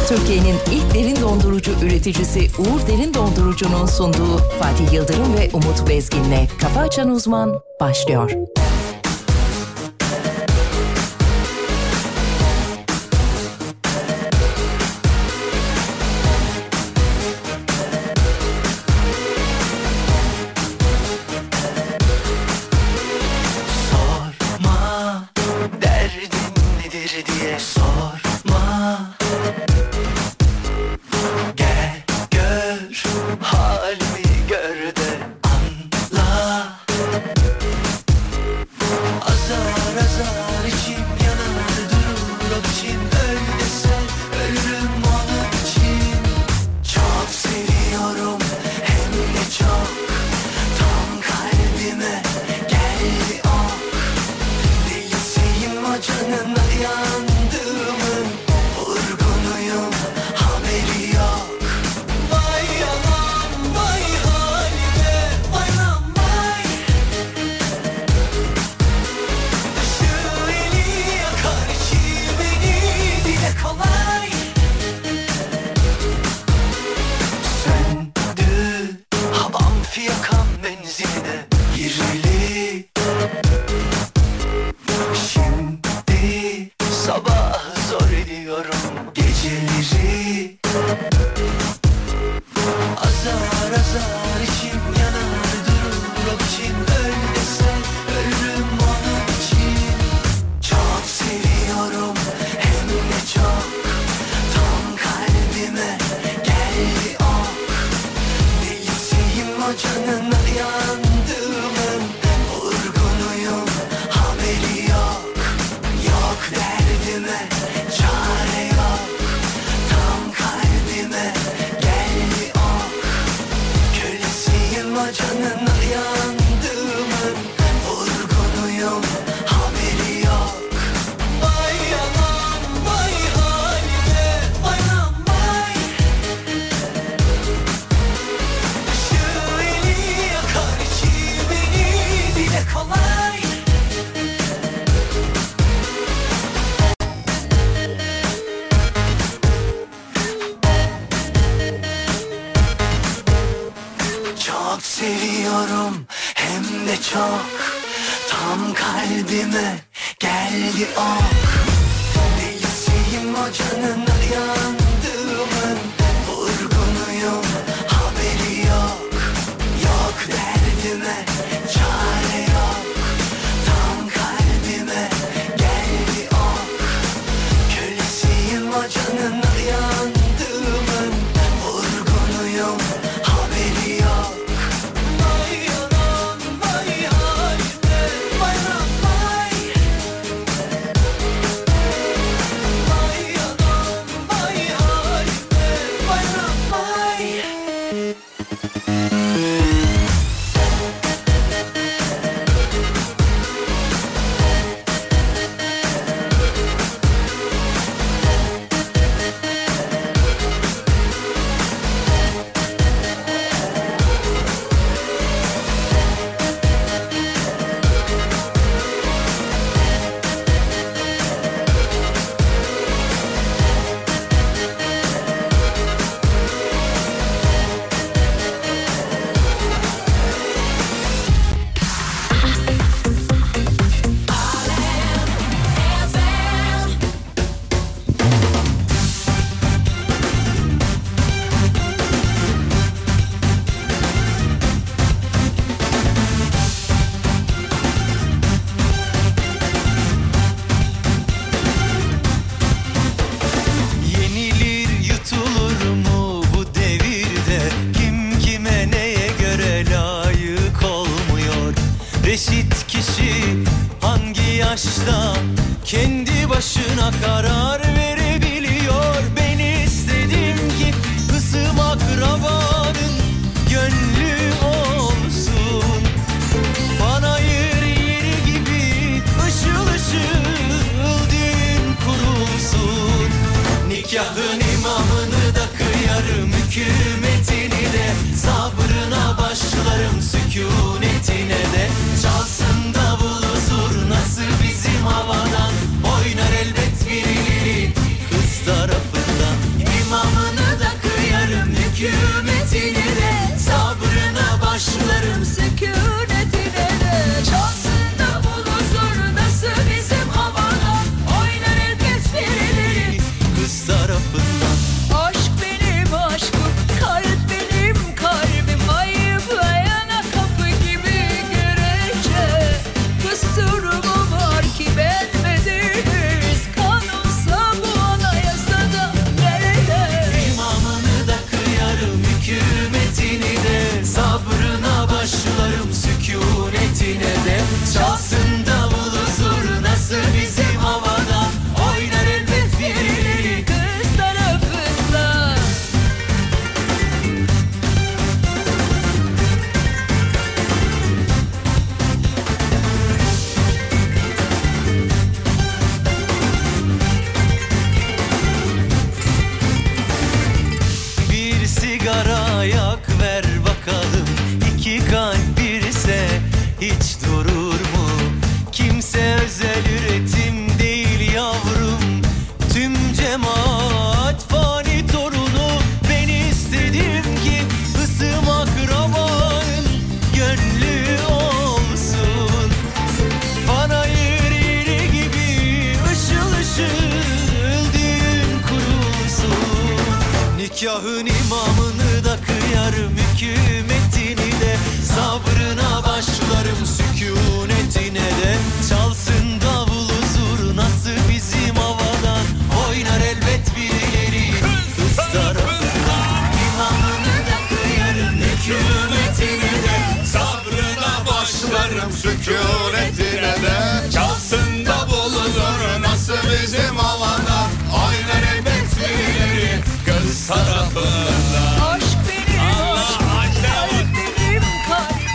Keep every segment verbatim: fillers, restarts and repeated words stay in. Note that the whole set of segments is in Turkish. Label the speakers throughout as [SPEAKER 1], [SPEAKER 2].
[SPEAKER 1] Türkiye'nin ilk derin dondurucu üreticisi Uğur Derin Dondurucu'nun sunduğu Fatih Yıldırım ve Umut Bezgin'le Kafa Açan Uzman başlıyor.
[SPEAKER 2] Çalsın davulu zurnası bizim havadan, oynar elbet birileri kız tarafından. Nikahın imamını da kıyarım, hükümetini de, sabrına başlarım sükunetine de. Çalsın davulu zurnası bizim havadan, oynar elbet birileri kız tarafından. İmamını da kıyarım, hükümetine de, sabrına başlarım sükunetine de. Çalsın davulu zurnası bizim havadan, oynar elbet birileri kız tarafından.
[SPEAKER 3] Aşk benim, aşk, aşk benim kalbim.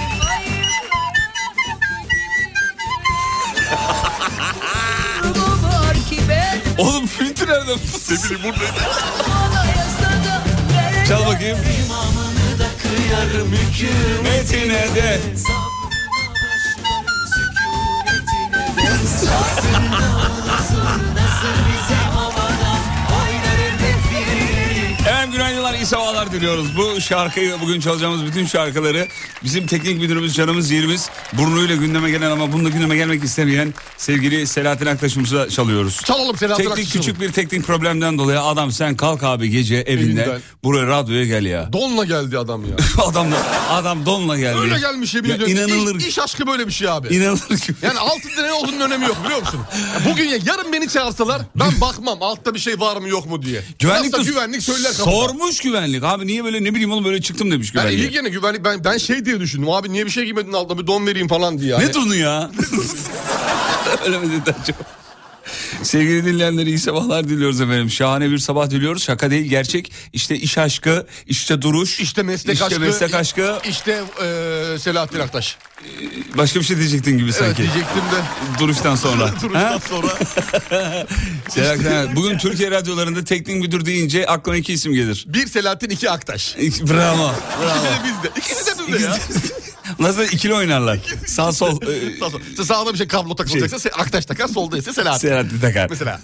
[SPEAKER 3] Rumu var ki ben
[SPEAKER 4] Oğlum flütü nereden? Ne bileyim buradaydı.
[SPEAKER 3] anayasada nerede?
[SPEAKER 4] Çal bakayım.
[SPEAKER 2] İmamını da kıyarım, hükümetine de, sabrına başlarım sükunetine de. Çalsın davulu zurnası bizim havadan, oynar elbet birileri.
[SPEAKER 4] Efendim günaydınlar, iyi sabahlar diliyoruz. Bu şarkıyı, bugün çalacağımız bütün şarkıları bizim teknik müdürümüz, canımız yerimiz, burnuyla gündeme gelen ama bununla gündeme gelmek istemeyen sevgili Selahattin Aktaş'ımıza çalıyoruz.
[SPEAKER 5] Çalalım Selahattin
[SPEAKER 4] Teknik
[SPEAKER 5] Aktaş'ı.
[SPEAKER 4] küçük bir teknik problemden dolayı adam sen kalk abi gece evinde
[SPEAKER 5] Evinden.
[SPEAKER 4] buraya radyoya gel ya.
[SPEAKER 5] Donla geldi adam ya.
[SPEAKER 4] adam da, adam donla geldi.
[SPEAKER 5] Öyle gelmiş yemin
[SPEAKER 4] Ya
[SPEAKER 5] ediyorum.
[SPEAKER 4] inanılır.
[SPEAKER 5] İş, iş aşkı böyle bir şey abi.
[SPEAKER 4] İnanılır gibi.
[SPEAKER 5] Yani altında ne olduğunun önemi yok biliyor musun? Ya bugün ya yarın beni çağırsalar ben bakmam altta bir şey var mı yok mu diye.
[SPEAKER 4] Güvenlik,
[SPEAKER 5] Nasıl
[SPEAKER 4] de
[SPEAKER 5] güvenlik söyler kapıda.
[SPEAKER 4] sormuş güvenlik. Abi niye böyle, ne bileyim oğlum, böyle çıktım demiş
[SPEAKER 5] Yani
[SPEAKER 4] güvenlik.
[SPEAKER 5] iyi gene güvenlik ben, ben şey diye düşündüm abi niye bir şey giymedin altına bir don vereyim falan diye. Yani.
[SPEAKER 4] Ne donu ya? Öyle mi dedi acaba? Sevgili dinleyenlere iyi sabahlar diliyoruz efendim. Şahane bir sabah diliyoruz. Şaka değil, gerçek. İşte iş aşkı, işte duruş.
[SPEAKER 5] İşte meslek
[SPEAKER 4] işte
[SPEAKER 5] aşkı.
[SPEAKER 4] meslek aşkı.
[SPEAKER 5] İşte e, Selahattin Aktaş.
[SPEAKER 4] Başka bir şey diyecektin gibi sanki.
[SPEAKER 5] Evet diyecektim de.
[SPEAKER 4] Duruştan sonra.
[SPEAKER 5] Duruştan
[SPEAKER 4] Ha?
[SPEAKER 5] sonra.
[SPEAKER 4] Selahattin, bugün Türkiye radyolarında teknik müdür deyince aklıma iki isim gelir.
[SPEAKER 5] Bir Selahattin iki Aktaş.
[SPEAKER 4] Bravo.
[SPEAKER 5] İkisi de bizde. İkisi de bizde ya.
[SPEAKER 4] Nasıl ikili oynarlar. Sağ sol. e,
[SPEAKER 5] Sağ- sağ- Sağda bir şey kablo takılacaksa
[SPEAKER 4] Şey.
[SPEAKER 5] Aktaş takar, solda ise Selahattin.
[SPEAKER 4] Selahattin takar.
[SPEAKER 5] Mesela.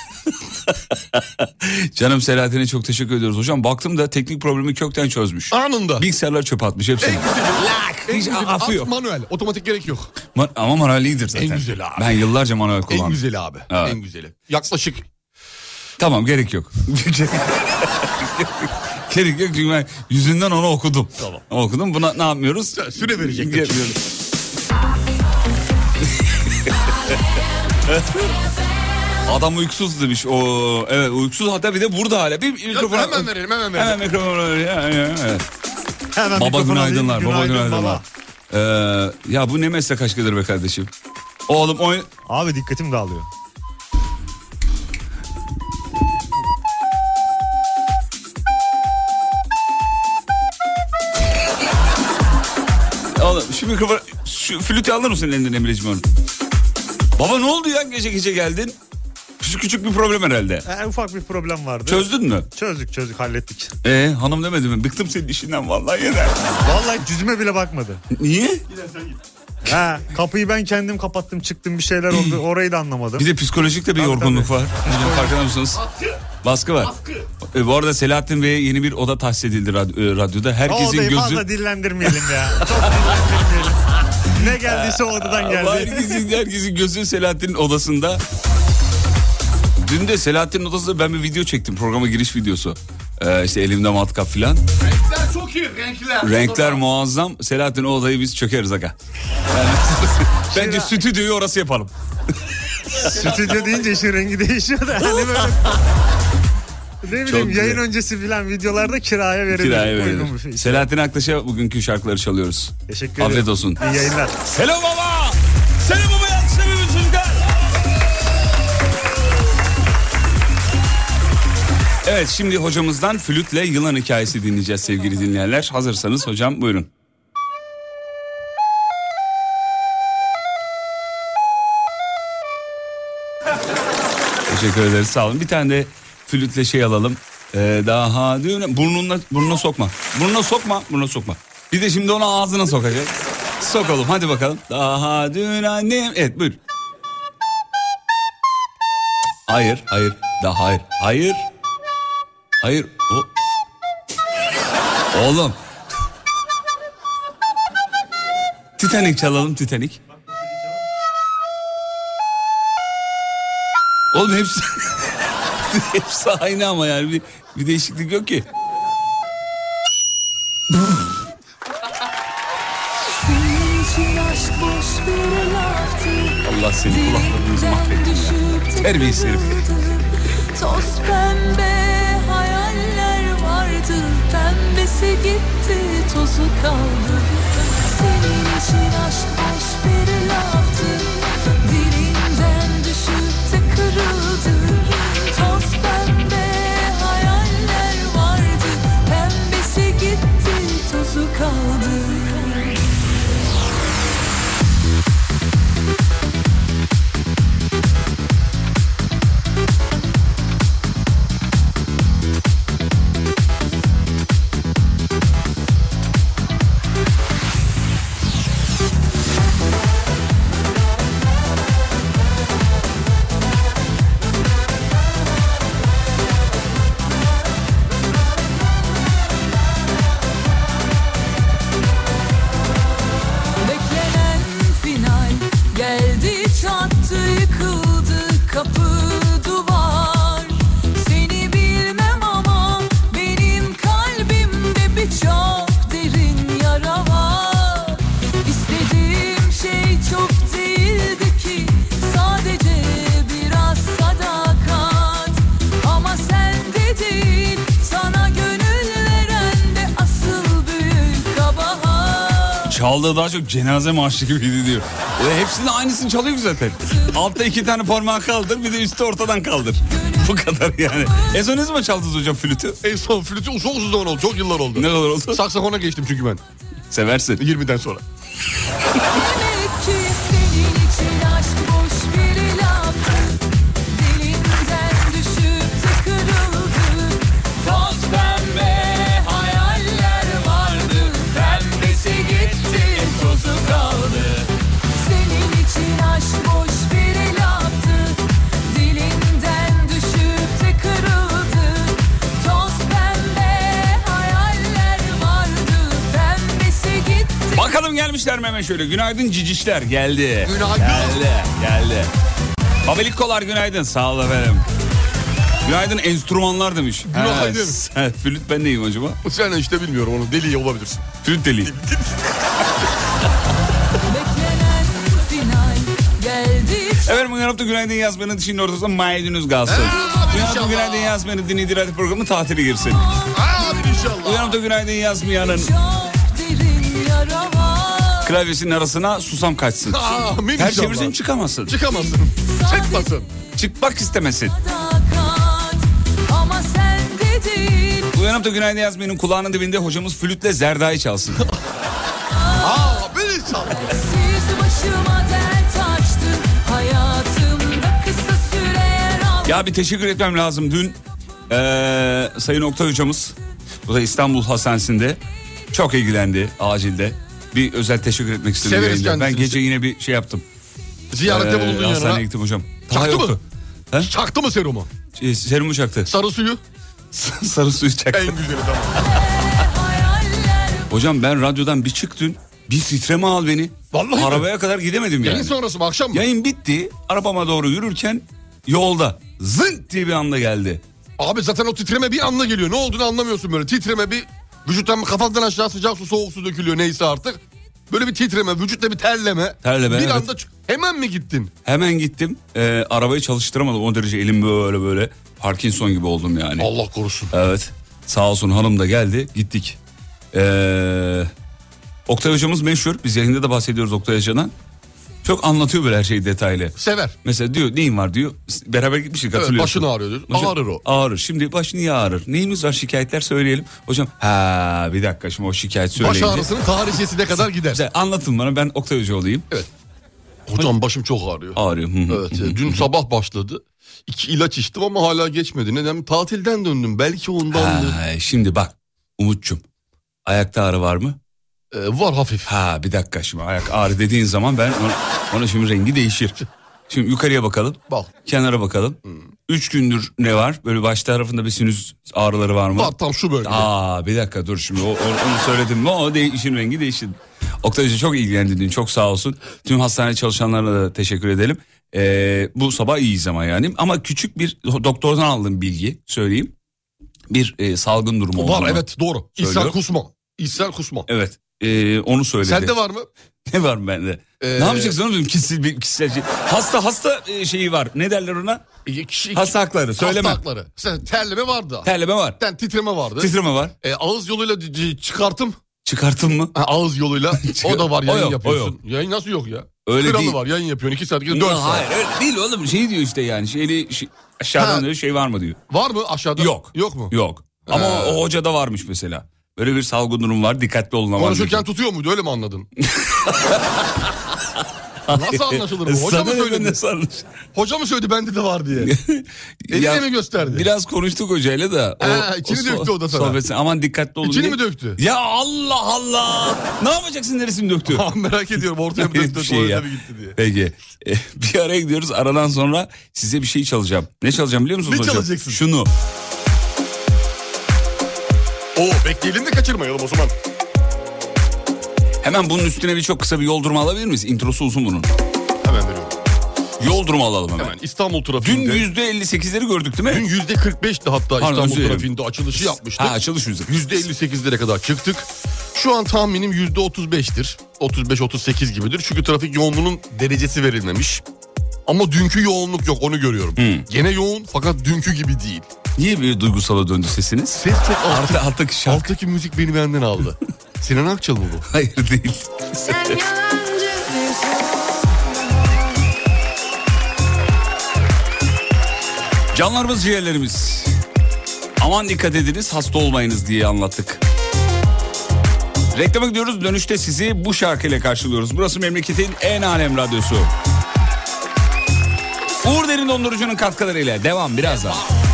[SPEAKER 4] Canım Selahattin'e çok teşekkür ediyoruz hocam. Baktım da teknik problemi kökten çözmüş.
[SPEAKER 5] Anında.
[SPEAKER 4] Bilgisayarlar çöpe atmış hepsini.
[SPEAKER 5] En güzeli. En
[SPEAKER 4] Hiç
[SPEAKER 5] güzeli.
[SPEAKER 4] affı
[SPEAKER 5] At
[SPEAKER 4] yok.
[SPEAKER 5] manuel. Otomatik gerek yok.
[SPEAKER 4] Ma- ama manuel iyidir zaten.
[SPEAKER 5] En güzeli abi.
[SPEAKER 4] Ben yıllarca manuel kullandım.
[SPEAKER 5] En güzeli abi.
[SPEAKER 4] Evet.
[SPEAKER 5] En güzeli. Yaklaşık.
[SPEAKER 4] Tamam, gerek yok. Gerek yok çünkü ben yüzünden onu okudum.
[SPEAKER 5] Tamam.
[SPEAKER 4] Okudum. Buna ne yapmıyoruz?
[SPEAKER 5] Süre verecektim.
[SPEAKER 4] Yapmıyoruz. Adam uykusuz demiş. O evet, uykusuz, hatta bir de burada hala. Bir mikrofon.
[SPEAKER 5] Hemen verelim hemen verelim.
[SPEAKER 4] Hemen mikrofon verelim. Evet.
[SPEAKER 6] Hemen
[SPEAKER 4] Baba
[SPEAKER 6] mikrofonu
[SPEAKER 4] günaydınlar.
[SPEAKER 6] alayım.
[SPEAKER 4] Baba
[SPEAKER 6] Günaydın
[SPEAKER 4] günaydınlar. Ee, ya bu ne meslek aşkıdır be kardeşim. Oğlum oyn...
[SPEAKER 6] Abi dikkatim dağılıyor.
[SPEAKER 4] Oğlum şu mikrofon, şu flütü alır mısın elinden Emre'cim onu? Baba ne oldu ya, gece gece geldin? Küçük küçük bir problem herhalde.
[SPEAKER 6] Ee, ufak bir problem vardı.
[SPEAKER 4] Çözdün mü?
[SPEAKER 6] Çözdük çözdük hallettik.
[SPEAKER 4] Ee hanım demedi mi? Bıktım senin işinden vallahi yeter.
[SPEAKER 6] Vallahi yüzüme bile bakmadı.
[SPEAKER 4] Niye?
[SPEAKER 6] Ha, kapıyı ben kendim kapattım çıktım bir şeyler oldu orayı da anlamadım.
[SPEAKER 4] Bir de psikolojik de bir
[SPEAKER 6] Tabii,
[SPEAKER 4] yorgunluk
[SPEAKER 6] tabii.
[SPEAKER 4] var. Hocam farkında mısınız? Baskı var. E, bu arada Selahattin Bey'e yeni bir oda tahsis edildi radyo- e, radyoda.
[SPEAKER 6] O
[SPEAKER 4] Herkesin
[SPEAKER 6] odayı
[SPEAKER 4] gözü...
[SPEAKER 6] fazla dillendirmeyelim ya. Çok dillendirmeyelim. Ne geldiyse o odadan geldi.
[SPEAKER 4] Herkesin, herkesin gözü Selahattin'in odasında. Dün de Selahattin'in odasında ben bir video çektim. Programa giriş videosu. Ee, işte elimde matkap filan.
[SPEAKER 5] Renkler çok iyi renkler.
[SPEAKER 4] Renkler muazzam. Selahattin o odayı biz çökeriz aga. Yani, bence stüdyoyu orası yapalım.
[SPEAKER 6] Stüdyo deyince işin rengi değişiyor da. Hani böyle... Ne bileyim
[SPEAKER 4] Çok
[SPEAKER 6] yayın
[SPEAKER 4] güzel.
[SPEAKER 6] öncesi filan videolarda kiraya verilir.
[SPEAKER 4] Kiraya
[SPEAKER 6] Uygun bir
[SPEAKER 4] verilir.
[SPEAKER 6] şey.
[SPEAKER 4] Selahattin Aktaş'a bugünkü şarkıları çalıyoruz.
[SPEAKER 6] Teşekkür ederim.
[SPEAKER 4] Afiyet olsun.
[SPEAKER 6] İyi yayınlar.
[SPEAKER 4] Selam baba. Selam baba, yakışamıyor çocuklar. Evet, şimdi hocamızdan flütle yılan hikayesi dinleyeceğiz sevgili dinleyenler. Hazırsanız hocam buyurun. Teşekkür ederiz, sağ olun. Bir tane de flütle şey alalım. Ee, daha dün burnuna burnuna sokma. Burnuna sokma, burnuna sokma. Bir de şimdi onu ağzına sokacak. Sokalım hadi bakalım. Daha dün annem. Evet buyur. Hayır, hayır. Daha hayır. Hayır. Hayır. O... Oğlum. Titanic çalalım, Titanic. Oğlum hepsi hepsi aynı ama yani bir, bir değişiklik yok ki. Allah seni kulaklarınızı mahvetsin. Terbiyesiz herif.
[SPEAKER 2] Toz pembe hayaller vardı, pembesi gitti, tozu kaldı. Senin için aşk boş bir laftı, dilinden düşüp de kırıldı. Toz pembe hayaller vardı, pembesi gitti, tozu kaldı.
[SPEAKER 4] Çaldığı daha çok cenaze marşı gibiydi diyor. E, hepsinin aynısını çalıyor zaten. Altta iki tane parmağı kaldır, bir de üstü ortadan kaldır. Bu kadar yani. En son ne zaman çaldınız hocam flütü?
[SPEAKER 5] En son flütü çok uzun zaman oldu. Çok yıllar oldu.
[SPEAKER 4] Ne kadar oldu?
[SPEAKER 5] Saksafona geçtim çünkü ben.
[SPEAKER 4] Seversin.
[SPEAKER 5] yirmiden sonra.
[SPEAKER 4] Bakalım gelmişler mi hemen şöyle. Günaydın cicişler geldi.
[SPEAKER 5] Günaydın.
[SPEAKER 4] Geldi, geldi. Babelikkolar günaydın. Sağ ol efendim. Günaydın enstrümanlar demiş.
[SPEAKER 5] Günaydın.
[SPEAKER 4] He, flüt ben neyim acaba?
[SPEAKER 5] Sen işte bilmiyorum onu. Deli olabilirsin.
[SPEAKER 4] Flüt deli. Efendim bugün hafta günaydın yazmanın dışında ortasında maydanoz kalsın. Bugün hafta günaydın yazmanın dinlediği radyo programı tatili girsin.
[SPEAKER 5] Abi inşallah.
[SPEAKER 4] Bugün hafta günaydın yazmayanın klavyesinin arasına susam kaçsın.
[SPEAKER 5] Amin
[SPEAKER 4] Her
[SPEAKER 5] inşallah.
[SPEAKER 4] çevirsin çıkamazsın.
[SPEAKER 5] Çıkamazsın. Çıkmasın.
[SPEAKER 4] Çıkmak istemesin. Uyanıp da günaydın yazmayının kulağının dibinde hocamız flütle Zerda'yı çalsın.
[SPEAKER 5] Aa, beni çal.
[SPEAKER 4] Ya bir teşekkür etmem lazım. Dün ee, Sayın Oktay hocamız, bu da İstanbul Hastanesi'nde çok ilgilendi acilde. Bir özel teşekkür etmek istedim.
[SPEAKER 5] Severiz
[SPEAKER 4] Ben
[SPEAKER 5] kendisini.
[SPEAKER 4] gece yine bir şey yaptım.
[SPEAKER 5] Ziyarette
[SPEAKER 4] Ee,
[SPEAKER 5] bulundun yanına.
[SPEAKER 4] Hastaneye gittim hocam. Daha
[SPEAKER 5] Çaktı
[SPEAKER 4] yoktu.
[SPEAKER 5] mı?
[SPEAKER 4] He?
[SPEAKER 5] Çaktı mı serumu?
[SPEAKER 4] Şey, serumu çaktı.
[SPEAKER 5] Sarı suyu?
[SPEAKER 4] Sarı suyu çaktı.
[SPEAKER 5] En güzeli tamam.
[SPEAKER 4] Hocam ben radyodan bir çıktım. Bir titreme al beni.
[SPEAKER 5] Vallahi
[SPEAKER 4] Arabaya kadar gidemedim yani.
[SPEAKER 5] Yayın sonrası mı akşam mı?
[SPEAKER 4] Yayın bitti. Arabama doğru yürürken yolda zınk diye bir anda geldi.
[SPEAKER 5] Abi zaten o titreme bir anda geliyor. Ne olduğunu anlamıyorsun böyle. Titreme bir vücuttan kafadan aşağı sıcak su soğuk su dökülüyor neyse artık. Böyle bir titreme, vücutta bir terleme.
[SPEAKER 4] Terleme,
[SPEAKER 5] Bir
[SPEAKER 4] evet.
[SPEAKER 5] anda ç- hemen mi gittin?
[SPEAKER 4] Hemen gittim. Ee, arabayı çalıştıramadım. O derece elim böyle böyle. Parkinson gibi oldum yani.
[SPEAKER 5] Allah korusun.
[SPEAKER 4] Evet. Sağ olsun hanım da geldi. Gittik. Ee, Oktay hocamız meşhur. Biz yayında da bahsediyoruz Oktay Hoca'dan. Çok anlatıyor böyle her şeyi detaylı.
[SPEAKER 5] Sever.
[SPEAKER 4] Mesela diyor neyin var diyor. Beraber gitmiştik
[SPEAKER 5] Evet,
[SPEAKER 4] hatırlıyorsun.
[SPEAKER 5] başını ağrıyor diyor.
[SPEAKER 4] Hocam,
[SPEAKER 5] Ağrır o.
[SPEAKER 4] Ağrır. Şimdi baş niye ağrır? Neyimiz var şikayetler söyleyelim. Hocam ha bir dakika şimdi o şikayet
[SPEAKER 5] Baş
[SPEAKER 4] söyleyince.
[SPEAKER 5] ağrısının tarihçesine kadar gider.
[SPEAKER 4] İşte anlatın bana ben Oktay Hoca olayım.
[SPEAKER 5] Evet. Hocam başım çok ağrıyor.
[SPEAKER 4] Ağrıyor. Hı hı.
[SPEAKER 5] Evet. Dün sabah başladı. İki ilaç içtim ama hala geçmedi. Neden? Tatilden döndüm. Belki ondandır.
[SPEAKER 4] Ha, şimdi bak Umut'cum ayakta ağrı var mı?
[SPEAKER 5] Ee, var hafif.
[SPEAKER 4] Ha bir dakika şimdi ayak ağrı dediğin zaman ben ona, ona şimdi rengi değişir. Şimdi yukarıya bakalım.
[SPEAKER 5] Bak.
[SPEAKER 4] Kenara bakalım. Hmm. Üç gündür ne var? Böyle baş tarafında bir sinüs ağrıları var mı?
[SPEAKER 5] Var tam şu bölgede.
[SPEAKER 4] Aa bir dakika dur şimdi o, o- onu söyledim mi o de, işin rengi değişti. Oktay Hoca çok ilgilendi dün çok sağ olsun. Tüm hastane çalışanlarına da teşekkür edelim. Ee, bu sabah iyiyiz ama yani. Ama küçük bir doktordan aldığım bilgi söyleyeyim. Bir e, salgın durumu
[SPEAKER 5] Var
[SPEAKER 4] olduğunu
[SPEAKER 5] evet doğru. İshal
[SPEAKER 4] söylüyor.
[SPEAKER 5] kusma. İshal kusma.
[SPEAKER 4] Evet e, onu söyledi.
[SPEAKER 5] Sende var mı?
[SPEAKER 4] Ne var bende? Ee... Ne yapacaksın oğlum? Kişisel, kişisel şey. Hasta hasta şeyi var. Ne derler ona?
[SPEAKER 5] Kişi,
[SPEAKER 4] hasta hakları. Söyleme.
[SPEAKER 5] Hasta hakları. Mesela terleme vardı.
[SPEAKER 4] Terleme var.
[SPEAKER 5] Yani titreme vardı.
[SPEAKER 4] Titreme var.
[SPEAKER 5] E, ağız yoluyla c- çıkartım.
[SPEAKER 4] Çıkartım mı?
[SPEAKER 5] Ha, ağız yoluyla. O da var, yayın
[SPEAKER 4] yok,
[SPEAKER 5] yapıyorsun. Yayın nasıl yok ya?
[SPEAKER 4] Öyle
[SPEAKER 5] Kralı
[SPEAKER 4] değil.
[SPEAKER 5] var, yayın yapıyorsun. iki saat gidiyor, dört saat.
[SPEAKER 4] Hayır öyle değil oğlum. Şey diyor işte yani. Şeyli, şey, aşağıdan
[SPEAKER 5] ha.
[SPEAKER 4] diyor şey var mı diyor.
[SPEAKER 5] Var mı aşağıda?
[SPEAKER 4] Yok.
[SPEAKER 5] Yok mu?
[SPEAKER 4] Yok. Ama
[SPEAKER 5] Ha.
[SPEAKER 4] o, o hocada varmış mesela. Böyle bir salgın durum var, dikkatli olun.
[SPEAKER 5] Konuşurken tutuyor muydu, öyle mi anladın? Nasıl anlaşılır bu? Hoca mı söyledi? Hoca mı söyledi bende de var diye? Eline mi gösterdi?
[SPEAKER 4] Biraz konuştuk hocayla da. O,
[SPEAKER 5] He, içini
[SPEAKER 4] o
[SPEAKER 5] döktü o da sana.
[SPEAKER 4] Sohbetine, aman dikkatli olun
[SPEAKER 5] İçini
[SPEAKER 4] diye.
[SPEAKER 5] mi döktü?
[SPEAKER 4] Ya Allah Allah. Ne yapacaksın, neresini döktü?
[SPEAKER 5] Merak ediyorum, ortaya mı döktü,
[SPEAKER 4] şey
[SPEAKER 5] tuvalete
[SPEAKER 4] ya.
[SPEAKER 5] mi gitti diye.
[SPEAKER 4] Peki. E, bir araya gidiyoruz. Aradan sonra size bir şey çalacağım. Ne çalacağım biliyor musunuz
[SPEAKER 5] Ne
[SPEAKER 4] hocam?
[SPEAKER 5] çalacaksın?
[SPEAKER 4] Şunu.
[SPEAKER 5] Oo, bekleyelim de kaçırmayalım o zaman.
[SPEAKER 4] Hemen bunun üstüne bir çok kısa bir yol durumu alabilir miyiz? İntrosu uzun bunun.
[SPEAKER 5] Hemen veriyorum.
[SPEAKER 4] Yol durumu alalım hemen.
[SPEAKER 5] Hemen İstanbul trafiğinde.
[SPEAKER 4] Dün yüzde elli sekizleri gördük değil mi?
[SPEAKER 5] Dün yüzde kırk beşti hatta
[SPEAKER 4] Pardon,
[SPEAKER 5] İstanbul
[SPEAKER 4] özür dilerim.
[SPEAKER 5] trafiğinde açılışı yapmıştık.
[SPEAKER 4] Ha, açılış yüzde.
[SPEAKER 5] yüzde elli sekizlere kadar çıktık. Şu an tahminim yüzde otuz beştir. otuz beş otuz sekiz gibidir. Çünkü trafik yoğunluğunun derecesi verilmemiş. Ama dünkü yoğunluk yok, onu görüyorum.
[SPEAKER 4] Hmm.
[SPEAKER 5] Gene yoğun fakat dünkü gibi değil.
[SPEAKER 4] Niye bir duygusala döndü sesiniz?
[SPEAKER 5] Ses çok alt,
[SPEAKER 4] Artı, alttaki şarkı.
[SPEAKER 5] alttaki müzik beni benden aldı. Sinan Akçıl mı bu?
[SPEAKER 4] Hayır değil.
[SPEAKER 2] Sen yalancı bir
[SPEAKER 4] Canlarımız, ciğerlerimiz. Aman dikkat ediniz, hasta olmayınız diye anlattık. Reklama gidiyoruz, dönüşte sizi bu şarkıyla karşılıyoruz. Burası memleketin en alem radyosu. Uğur Derin Dondurucu'nun katkılarıyla devam birazdan.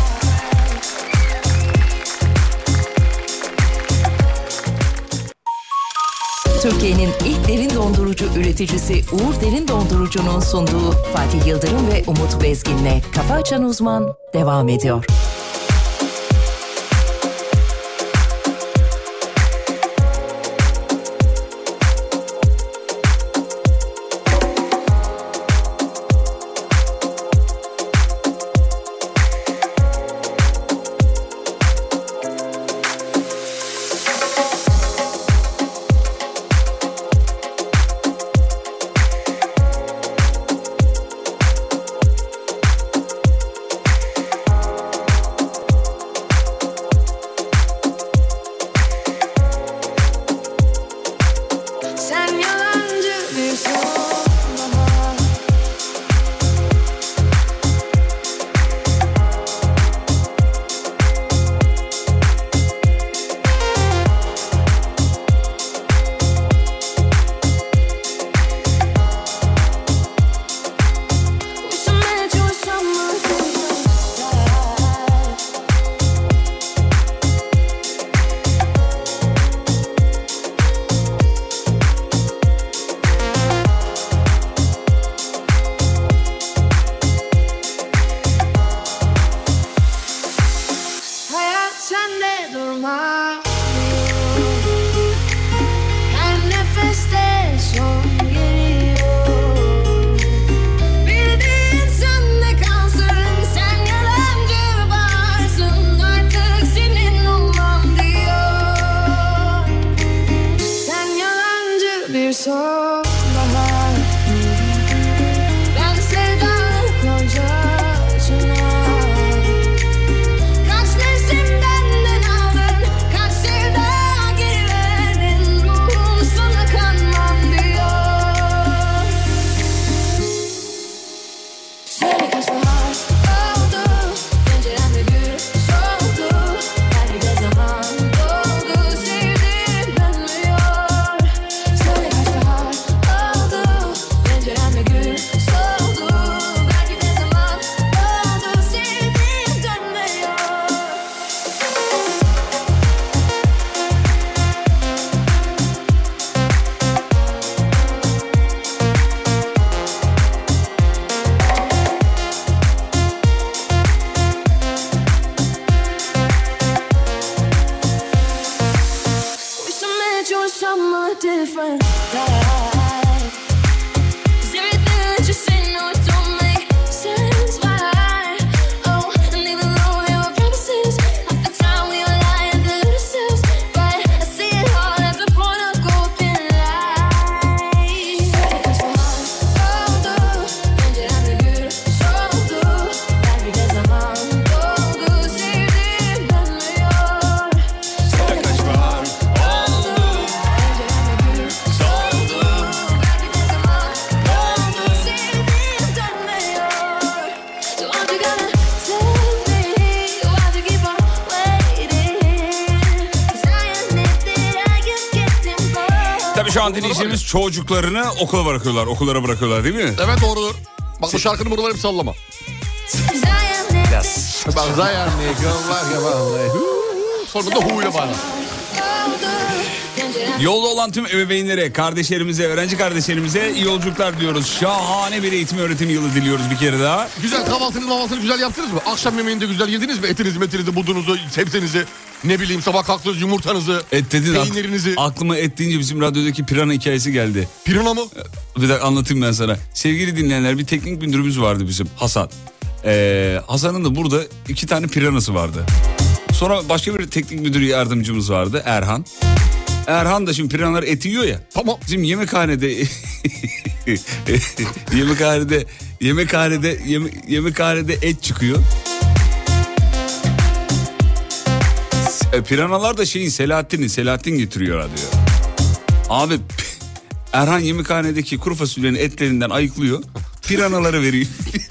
[SPEAKER 1] Türkiye'nin ilk derin dondurucu üreticisi Uğur Derin Dondurucu'nun sunduğu Fatih Yıldırım ve Umut Bezgin'le Kafa Açan Uzman devam ediyor.
[SPEAKER 2] Sen yalancı bir sonbahar. Üşümeye çalışsam mı hayat sende durmaz. Her nefeste son geliyor. Bildiğin sende kalsın. Sen yalancı varsın. Artık senin olmam diyor. Sen yalancı bir sonbahar. Ben sevdalı kocasına. Kaç mevsim benden aldın, kaç sevda geri verdin. Ruhum sana kanmam diyor. Söyle kaç bahar oldu, penceremde gül soldu. Belki de zaman doldu, sevdiğim dönmüyor. Söyle kaç bahar oldu, penceremde gül soldu. Belki de zaman doldu, sevdiğim dönmüyor. Wish I met you in some different life. 'Cause everything that you say, no, it don't make sense. Why? Oh, and even though your promises, half the time we all lie and do ourselves. But I see it all as a point of open light.
[SPEAKER 4] şu an dinleyicilerimiz çocuklarını okula bırakıyorlar. Okullara bırakıyorlar değil mi?
[SPEAKER 5] Evet doğrudur. Bak bu şarkının buraları hep sallama. Bak Zayan sonunda huyla bana.
[SPEAKER 4] Yolda olan tüm ebeveynlere, kardeşlerimize, öğrenci kardeşlerimize iyi yolculuklar diyoruz. Şahane bir eğitim öğretim yılı diliyoruz bir kere daha.
[SPEAKER 5] Güzel kahvaltınızı mahvaltınızı güzel yaptınız mı? Akşam yemeğinde güzel yediniz mi? Etinizi, metinizi, budunuzu, sebzenizi, ne bileyim sabah kalktınız yumurtanızı,
[SPEAKER 4] Et dedin,
[SPEAKER 5] peynirinizi.
[SPEAKER 4] Aklıma et deyince bizim radyodaki pirana hikayesi geldi.
[SPEAKER 5] Pirana mı?
[SPEAKER 4] Bir dakika anlatayım ben sana. Sevgili dinleyenler, bir teknik müdürümüz vardı bizim, Hasan. Ee, Hasan'ın da burada iki tane piranası vardı. Sonra başka bir teknik müdür yardımcımız vardı, Erhan. Erhan da şimdi piranalar et yiyor ya.
[SPEAKER 5] Tamam.
[SPEAKER 4] Bizim yemekhanede yemekhanede yemekhanede yeme, yemekhanede et çıkıyor. Piranalar da şeyin Selahattin'in Selahattin getiriyor diyor. Abi Erhan yemekhanedeki kuru fasulyenin etlerinden ayıklıyor. Piranaları veriyor.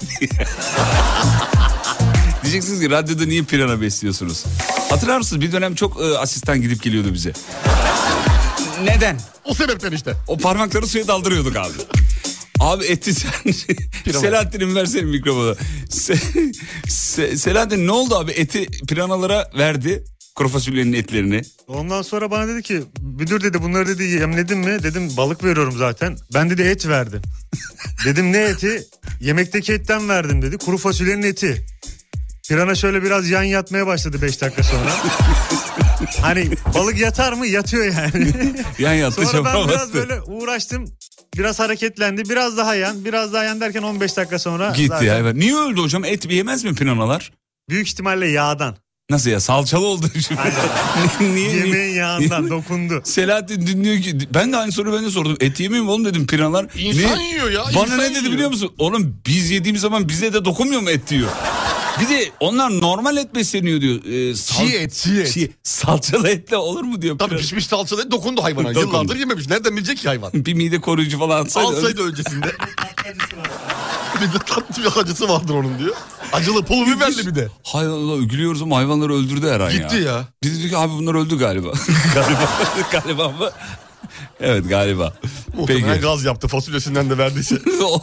[SPEAKER 4] Diyeceksiniz ki radyoda niye pirana besliyorsunuz? Hatırlar mısınız? Bir dönem çok e, asistan gidip geliyordu bize. Neden?
[SPEAKER 5] O sebepten işte.
[SPEAKER 4] O parmakları suya daldırıyorduk abi. Abi eti sen... Selahattin'im versene mikrofonu. Se, Se, Selahattin ne oldu abi? Eti piranalara verdi. Kuru fasulyenin etlerini.
[SPEAKER 6] Ondan sonra bana dedi ki müdür dedi bunları dedi yemledin mi? Dedim balık veriyorum zaten. Ben dedi et verdim. Dedim ne eti? Yemekteki etten verdim dedi. Kuru fasulyenin eti. Pirana şöyle biraz yan yatmaya başladı beş dakika sonra. Hani balık yatar mı? Yatıyor yani.
[SPEAKER 4] Yan yattı.
[SPEAKER 6] Sonra ben biraz böyle uğraştım. Biraz hareketlendi. Biraz daha yan. Biraz daha yan derken on beş dakika sonra.
[SPEAKER 4] Gitti
[SPEAKER 6] zaten...
[SPEAKER 4] ya. Evet. Niye öldü hocam? Et yemez mi piranalar?
[SPEAKER 6] Büyük ihtimalle yağdan.
[SPEAKER 4] Nasıl ya? Salçalı oldu şimdi. niye,
[SPEAKER 6] Yemeğin
[SPEAKER 4] niye?
[SPEAKER 6] yağından dokundu.
[SPEAKER 4] Selahattin dinliyor ki ben de aynı soruyu ben de sordum. Et yemiyor mu oğlum dedim piranalar.
[SPEAKER 5] İnsan
[SPEAKER 4] ne?
[SPEAKER 5] yiyor ya.
[SPEAKER 4] Bana
[SPEAKER 5] insan
[SPEAKER 4] ne dedi
[SPEAKER 5] yiyor.
[SPEAKER 4] biliyor musun? Oğlum biz yediğimiz zaman bize de dokunmuyor mu et diyor. Bir de onlar normal et besleniyor diyor. Ee, sal...
[SPEAKER 5] Çiğ et, çiğ et.
[SPEAKER 4] Çiğ, salçalı etle olur mu diyor.
[SPEAKER 5] Tabii
[SPEAKER 4] pirana.
[SPEAKER 5] pişmiş salçalı et dokundu hayvana.
[SPEAKER 4] Dokundu.
[SPEAKER 5] Yıllardır yememiş. Nereden bilecek ki hayvan?
[SPEAKER 4] Bir mide koruyucu falan alsaydı.
[SPEAKER 5] Alsaydı öncesinde. Bir de tatlı bir acısı vardır onun diyor. Acılı pul biberli bir de.
[SPEAKER 4] Hay Allah gülüyoruz ama hayvanları öldürdü her an ya.
[SPEAKER 5] Gitti ya.
[SPEAKER 4] Biz dedik ki abi bunlar öldü galiba. galiba galiba mı? Evet galiba.
[SPEAKER 5] Muhtemelen
[SPEAKER 4] Peki.
[SPEAKER 5] gaz yaptı fasulyesinden de verdiyse.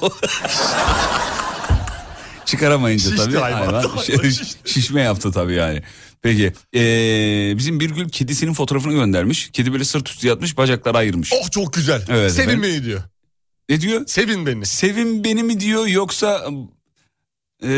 [SPEAKER 4] Çıkaramayınca
[SPEAKER 5] Şişti
[SPEAKER 4] tabii
[SPEAKER 5] hayvan.
[SPEAKER 4] hayvan.
[SPEAKER 5] Hayvan şişti.
[SPEAKER 4] Şişme yaptı tabii yani. Peki ee, bizim Birgül kedisinin fotoğrafını göndermiş. Kedi böyle sırt üstü yatmış, bacakları ayırmış.
[SPEAKER 5] Oh çok güzel.
[SPEAKER 4] Evet,
[SPEAKER 5] Sevin
[SPEAKER 4] efendim.
[SPEAKER 5] beni diyor.
[SPEAKER 4] Ne diyor?
[SPEAKER 5] Sevin beni.
[SPEAKER 4] Sevin beni mi diyor yoksa ee,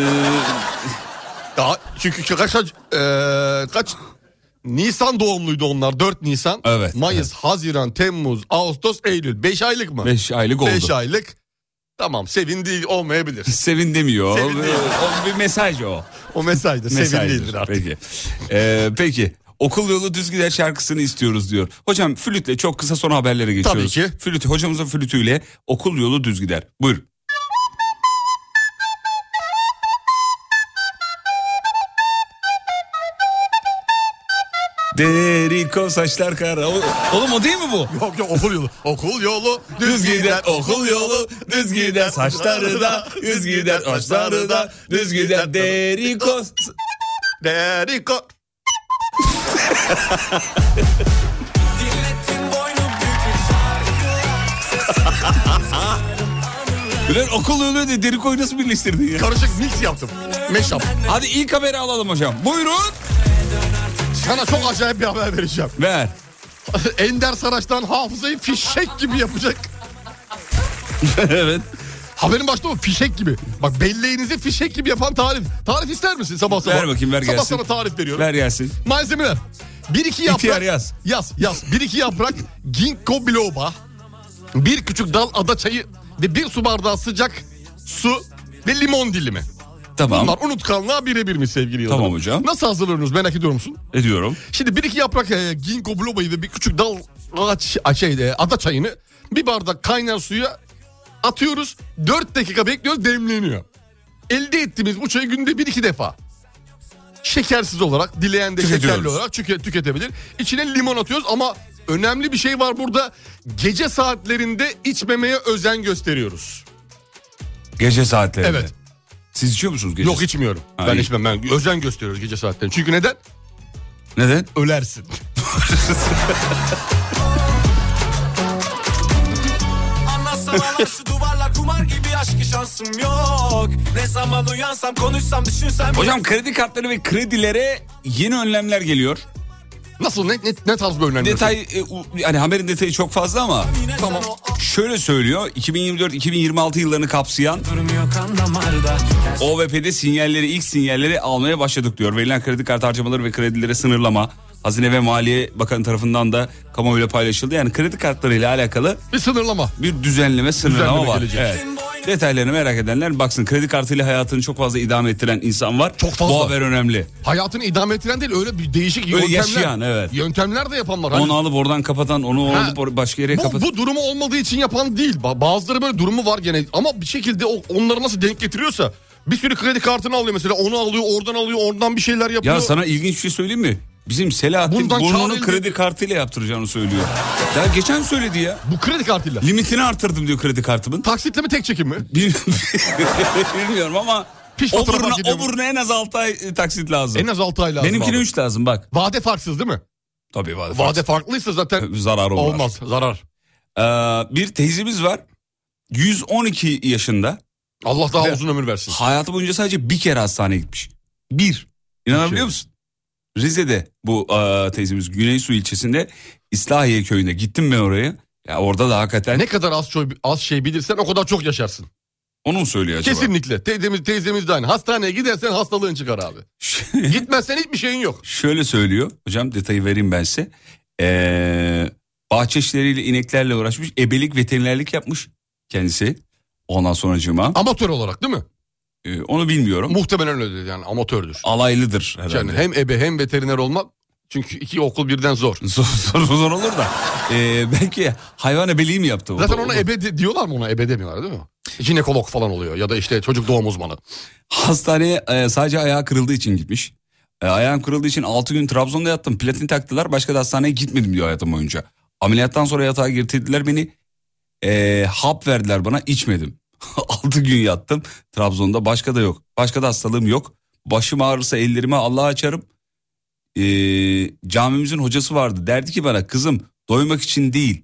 [SPEAKER 5] Daha çünkü kaç e, kaç Nisan doğumluydu onlar. dört Nisan.
[SPEAKER 4] Evet,
[SPEAKER 5] Mayıs,
[SPEAKER 4] evet.
[SPEAKER 5] Haziran, Temmuz, Ağustos, Eylül. beş aylık mı?
[SPEAKER 4] beş aylık oldu.
[SPEAKER 5] beş aylık. Tamam sevin değil olmayabilir.
[SPEAKER 4] Sevin demiyor.
[SPEAKER 5] Sevin
[SPEAKER 4] o,
[SPEAKER 5] değil.
[SPEAKER 4] o bir mesaj o.
[SPEAKER 5] O mesajdı. Sevin
[SPEAKER 4] Mesajdır.
[SPEAKER 5] değildir artık.
[SPEAKER 4] Peki. Ee, peki. Okul yolu düz gider şarkısını istiyoruz diyor. Hocam flütle çok kısa sonra haberlere geçiyoruz.
[SPEAKER 5] Tabii ki.
[SPEAKER 4] Flüt, hocamızın flütüyle okul yolu düz gider. Buyur. Deriko saçlar kara. O- Oğlum o değil mi bu?
[SPEAKER 5] Yok yok okul yolu. Okul yolu
[SPEAKER 4] Düz gider okul yolu düz gider saçları da düz gider saçları da düz gider Deriko.
[SPEAKER 5] Deriko.
[SPEAKER 4] Ulan okul yolu de Deriko'yu nasıl birleştirdin ya?
[SPEAKER 5] Karışık mix yaptım. Meşap.
[SPEAKER 4] Hadi ilk haberi alalım hocam. Buyurun.
[SPEAKER 5] Sana çok acayip bir haber vereceğim.
[SPEAKER 4] Ver.
[SPEAKER 5] Ender Saraç'tan hafızayı fişek gibi yapacak.
[SPEAKER 4] Evet.
[SPEAKER 5] Haberin başta o fişek gibi. Bak belleğinizi fişek gibi yapan tarif. Tarif ister misin sabah sabah?
[SPEAKER 4] Ver bakayım ver
[SPEAKER 5] sabah
[SPEAKER 4] gelsin.
[SPEAKER 5] sana tarif veriyorum.
[SPEAKER 4] Ver gelsin.
[SPEAKER 5] Malzemeler. Bir iki yaprak.
[SPEAKER 4] İhtiyar yaz.
[SPEAKER 5] Yaz yaz. Bir iki yaprak ginkgo biloba. Bir küçük dal adaçayı ve bir su bardağı sıcak su ve limon dilimi.
[SPEAKER 4] Tamam.
[SPEAKER 5] Bunlar unutkanlığa birebir mi sevgili Yıldırım?
[SPEAKER 4] Tamam hocam.
[SPEAKER 5] Nasıl hazırlanıyorsunuz merak ediyor musun?
[SPEAKER 4] Ediyorum.
[SPEAKER 5] Şimdi bir iki yaprak e, ginkgo biloba'yı ve bir küçük dal ağaç, şey, e, adaçayını bir bardak kaynar suya atıyoruz. dört dakika bekliyoruz, demleniyor. Elde ettiğimiz bu çayı günde bir iki defa. Şekersiz olarak, dileyen de şekerli olarak tüke, tüketebilir. İçine limon atıyoruz ama önemli bir şey var burada. Gece saatlerinde içmemeye özen gösteriyoruz.
[SPEAKER 4] Gece saatlerinde.
[SPEAKER 5] Evet.
[SPEAKER 4] Siz içiyor musunuz gece?
[SPEAKER 5] Yok içmiyorum.
[SPEAKER 4] Ha,
[SPEAKER 5] ben
[SPEAKER 4] iyi.
[SPEAKER 5] içmem. Ben özen gösteriyoruz gece saatlerinde. Çünkü neden?
[SPEAKER 4] Neden?
[SPEAKER 5] Ölersin.
[SPEAKER 7] masalar şu duvarlar kumar gibi aşkı şansım yok. Ne zaman uyansam konuşsam düşünsem.
[SPEAKER 4] Hocam kredi kartları ve kredilere yeni önlemler geliyor.
[SPEAKER 5] Nasıl ne, ne, ne tarz bir önlemler?
[SPEAKER 4] Detay e, u- yani haberin detayı çok fazla ama
[SPEAKER 5] Tamam.
[SPEAKER 4] şöyle söylüyor. iki bin yirmi dört iki bin yirmi altı yıllarını kapsayan O V P'de sinyalleri ilk sinyalleri almaya başladık diyor. Verilen kredi kartı harcamaları ve kredileri sınırlama Hazine ve Maliye Bakanı tarafından da kamuoyuyla paylaşıldı. Yani kredi kartlarıyla alakalı
[SPEAKER 5] Bir sınırlama.
[SPEAKER 4] bir düzenleme sınırlama
[SPEAKER 5] Düzenleme
[SPEAKER 4] var.
[SPEAKER 5] gelecek.
[SPEAKER 4] Evet. Detaylarını merak edenler baksın. Kredi kartıyla hayatını çok fazla idame ettiren insan var.
[SPEAKER 5] Çok fazla.
[SPEAKER 4] Bu haber önemli.
[SPEAKER 5] Hayatını idame ettiren değil, öyle bir değişik
[SPEAKER 4] Öyle
[SPEAKER 5] yöntemler.
[SPEAKER 4] yaşayan, evet.
[SPEAKER 5] Yöntemler de yapan var. Hani
[SPEAKER 4] Onu alıp oradan kapatan, onu
[SPEAKER 5] Ha.
[SPEAKER 4] alıp or- başka yere
[SPEAKER 5] bu,
[SPEAKER 4] kapatan.
[SPEAKER 5] bu durumu olmadığı için yapan değil. Ba- Bazıları böyle durumu var gene. Ama bir şekilde o, onları nasıl denk getiriyorsa bir sürü kredi kartını alıyor mesela. Onu alıyor, oradan alıyor, oradan bir şeyler yapıyor.
[SPEAKER 4] Ya sana ilginç bir şey söyleyeyim mi? Bizim Selahattin
[SPEAKER 5] Bundan
[SPEAKER 4] burnunu
[SPEAKER 5] kâr
[SPEAKER 4] kredi
[SPEAKER 5] elde-
[SPEAKER 4] kartıyla yaptıracağını söylüyor. Ya geçen söyledi ya.
[SPEAKER 5] Bu kredi kartıyla.
[SPEAKER 4] Limitini artırdım diyor kredi kartımın.
[SPEAKER 5] Taksitle mi tek çekim mi?
[SPEAKER 4] Bil- Bilmiyorum ama
[SPEAKER 5] Piş fotoğrafı
[SPEAKER 4] oburuna,
[SPEAKER 5] gidiyor mu?
[SPEAKER 4] oburuna en az altı ay e, taksit lazım.
[SPEAKER 5] En az altı ay lazım.
[SPEAKER 4] Benimkine
[SPEAKER 5] abi.
[SPEAKER 4] üç lazım bak.
[SPEAKER 5] Vade farksız değil mi?
[SPEAKER 4] Tabii vade.
[SPEAKER 5] Vade farklıysa zaten
[SPEAKER 4] Zararı olur.
[SPEAKER 5] olmaz. Zarar.
[SPEAKER 4] Ee, bir teyzemiz var. yüz on iki yaşında.
[SPEAKER 5] Allah daha
[SPEAKER 4] Ve-
[SPEAKER 5] uzun ömür versin.
[SPEAKER 4] Hayatı boyunca sadece bir kere hastaneye gitmiş. Bir. İnanabiliyor
[SPEAKER 5] şey.
[SPEAKER 4] musun? Rize'de bu e, teyzemiz Güneysu ilçesinde İslahiye köyünde gittim ben oraya. Ya orada da hakikaten
[SPEAKER 5] Ne kadar az, şey, az şey bilirsen o kadar çok yaşarsın.
[SPEAKER 4] onu mu söylüyor acaba?
[SPEAKER 5] Kesinlikle. Teyzemiz, teyzemiz de aynı. Hastaneye gidersen hastalığın çıkar abi. Gitmezsen hiçbir şeyin yok.
[SPEAKER 4] Şöyle söylüyor. Hocam detayı vereyim ben size. Ee, bahçe işleriyle ineklerle uğraşmış. Ebelik veterinerlik yapmış kendisi. Ondan sonracığıma.
[SPEAKER 5] Amatör olarak değil mi?
[SPEAKER 4] Ee, onu bilmiyorum.
[SPEAKER 5] Muhtemelen öyle yani amatördür.
[SPEAKER 4] Alaylıdır herhalde.
[SPEAKER 5] Yani hem ebe hem veteriner olmak çünkü iki okul birden zor.
[SPEAKER 4] Zor, zor, zor olur da. Ee, belki hayvan ebeliği mi yaptı? O
[SPEAKER 5] Zaten
[SPEAKER 4] da-
[SPEAKER 5] ona
[SPEAKER 4] o da-
[SPEAKER 5] ebe de- diyorlar mı, ona ebe demiyorlar değil mi? Jinekolog falan oluyor ya da işte çocuk doğum uzmanı.
[SPEAKER 4] Hastaneye e, sadece ayağı kırıldığı için gitmiş. E, ayağım kırıldığı için altı gün Trabzon'da yattım. Platin taktılar. Başka da hastaneye gitmedim diyor hayatım boyunca. Ameliyattan sonra yatağa getirdiler beni. E, hap verdiler bana, içmedim. altı gün yattım Trabzon'da, başka da yok. Başka da hastalığım yok. Başım ağrırsa ellerime Allah'a açarım. E, camimizin hocası vardı. Derdi ki bana, kızım doymak için değil,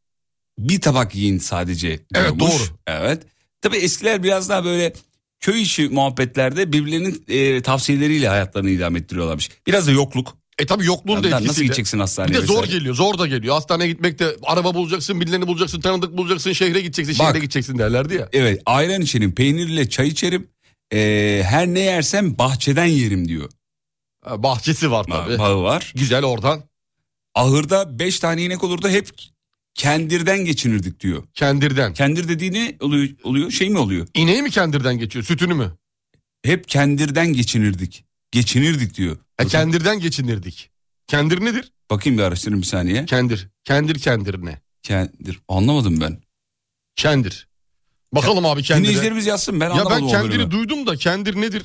[SPEAKER 4] bir tabak yiyin sadece
[SPEAKER 5] Evet,
[SPEAKER 4] diyormuş.
[SPEAKER 5] doğru.
[SPEAKER 4] Evet. Tabii eskiler biraz daha böyle köy işi muhabbetlerde birbirlerinin e, tavsiyeleriyle hayatlarını idame ettiriyorlarmış. Biraz da yokluk.
[SPEAKER 5] E tabi yokluğun da
[SPEAKER 4] Lan
[SPEAKER 5] etkisiyle.
[SPEAKER 4] nasıl gideceksin hastaneye?
[SPEAKER 5] Bir de zor
[SPEAKER 4] vesaire?
[SPEAKER 5] geliyor, zor da geliyor. Hastaneye gitmekte araba bulacaksın, birilerini bulacaksın, tanıdık bulacaksın, şehre gideceksin,
[SPEAKER 4] Bak.
[SPEAKER 5] şehre gideceksin derlerdi ya.
[SPEAKER 4] Evet, ayran içerim, peynirle çay içerim. E, her ne yersem bahçeden yerim diyor.
[SPEAKER 5] Ha, bahçesi var tabii.
[SPEAKER 4] Bağı var.
[SPEAKER 5] Güzel oradan.
[SPEAKER 4] Ahırda beş tane inek olurdu, hep kendirden geçinirdik diyor.
[SPEAKER 5] Kendirden.
[SPEAKER 4] Kendir dediği ne oluyor, oluyor? Şey mi oluyor?
[SPEAKER 5] İneği mi kendirden geçiyor, sütünü mü?
[SPEAKER 4] Hep kendirden geçinirdik. Geçinirdik diyor.
[SPEAKER 5] E, kendirden geçinirdik. Kendir nedir?
[SPEAKER 4] Bakayım bir, araştırın bir saniye.
[SPEAKER 5] Kendir. Kendir kendir ne?
[SPEAKER 4] Kendir. Anlamadım ben.
[SPEAKER 5] Kendir. Bakalım abi kendire.
[SPEAKER 4] Dinleyicilerimiz yazsın, ben
[SPEAKER 5] Ya
[SPEAKER 4] anlamadım
[SPEAKER 5] ben
[SPEAKER 4] o
[SPEAKER 5] kendiri
[SPEAKER 4] bölümü.
[SPEAKER 5] duydum da kendir nedir?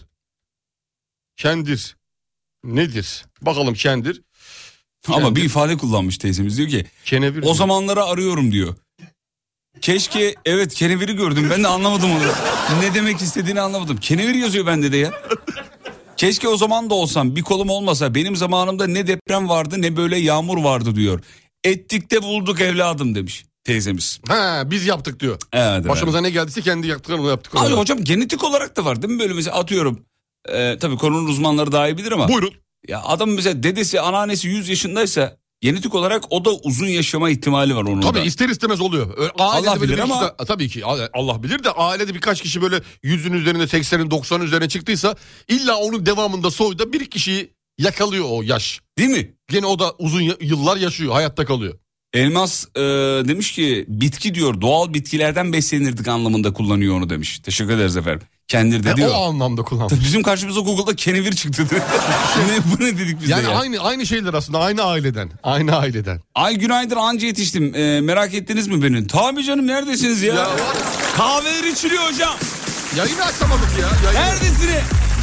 [SPEAKER 5] Kendir. Nedir? Bakalım kendir.
[SPEAKER 4] Ama
[SPEAKER 5] Kendir.
[SPEAKER 4] bir ifade kullanmış teyzemiz, diyor ki
[SPEAKER 5] Kenevir.
[SPEAKER 4] o zamanları arıyorum diyor. Keşke, evet, keneviri gördüm, ben de anlamadım onu. Ne demek istediğini anlamadım. Kenevir yazıyor bende de ya. Keşke o zaman da olsam, bir kolum olmasa, benim zamanımda ne deprem vardı ne böyle yağmur vardı diyor. Ettik de bulduk evladım demiş teyzemiz.
[SPEAKER 5] Ha, biz yaptık diyor.
[SPEAKER 4] Evet,
[SPEAKER 5] Başımıza ne geldiyse kendi yaptıklarını yaptık.
[SPEAKER 4] Abi hocam genetik olarak da var değil mi, böyle mesela atıyorum. E, tabii konunun uzmanları daha iyi bilir ama.
[SPEAKER 5] Buyurun.
[SPEAKER 4] Ya adam mesela dedesi, anneannesi yüz yaşındaysa genetik olarak o da uzun yaşama ihtimali var onun
[SPEAKER 5] Tabii
[SPEAKER 4] da.
[SPEAKER 5] ister istemez oluyor. Öyle ailede
[SPEAKER 4] Allah
[SPEAKER 5] böyle
[SPEAKER 4] bilir
[SPEAKER 5] bir
[SPEAKER 4] ama-
[SPEAKER 5] kişi de- tabii ki Allah bilir de ailede birkaç kişi böyle yüzün üzerinde seksenin doksanın üzerine çıktıysa illa onun devamında soyda bir kişiyi yakalıyor o yaş.
[SPEAKER 4] Değil mi?
[SPEAKER 5] Gene o da uzun y- yıllar yaşıyor, hayatta kalıyor.
[SPEAKER 4] Elmas e, demiş ki bitki diyor, doğal bitkilerden beslenirdik anlamında kullanıyor onu demiş. Teşekkür ederiz efendim. Kendir de
[SPEAKER 5] He,
[SPEAKER 4] diyor.
[SPEAKER 5] o anlamda kullanmış.
[SPEAKER 4] Bizim karşımıza Google'da kenevir çıktı. ne, bu ne dedik biz
[SPEAKER 5] Yani
[SPEAKER 4] de ya.
[SPEAKER 5] aynı aynı şeyler aslında, aynı aileden. Aynı aileden.
[SPEAKER 4] Ay günaydın, anca yetiştim. E, merak ettiniz mi beni? Tabii canım, neredesiniz ya?
[SPEAKER 5] Ya,
[SPEAKER 4] Kahveler içiliyor hocam.
[SPEAKER 5] yayını açamadık ya. Yayını...
[SPEAKER 4] Neredesiniz?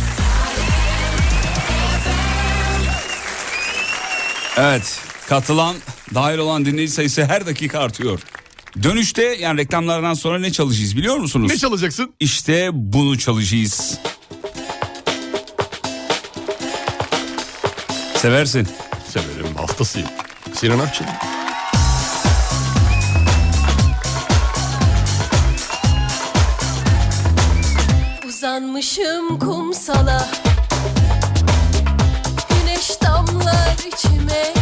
[SPEAKER 4] Evet, katılan, dahil olan dinleyici sayısı her dakika artıyor. Dönüşte, yani reklamlardan sonra ne çalacağız biliyor musunuz?
[SPEAKER 5] Ne çalacaksın?
[SPEAKER 4] İşte bunu çalacağız. Seversin.
[SPEAKER 5] Severim, hastasıyım. Sinan Akçıl.
[SPEAKER 2] Uzanmışım kumsala, güneş damlar içime,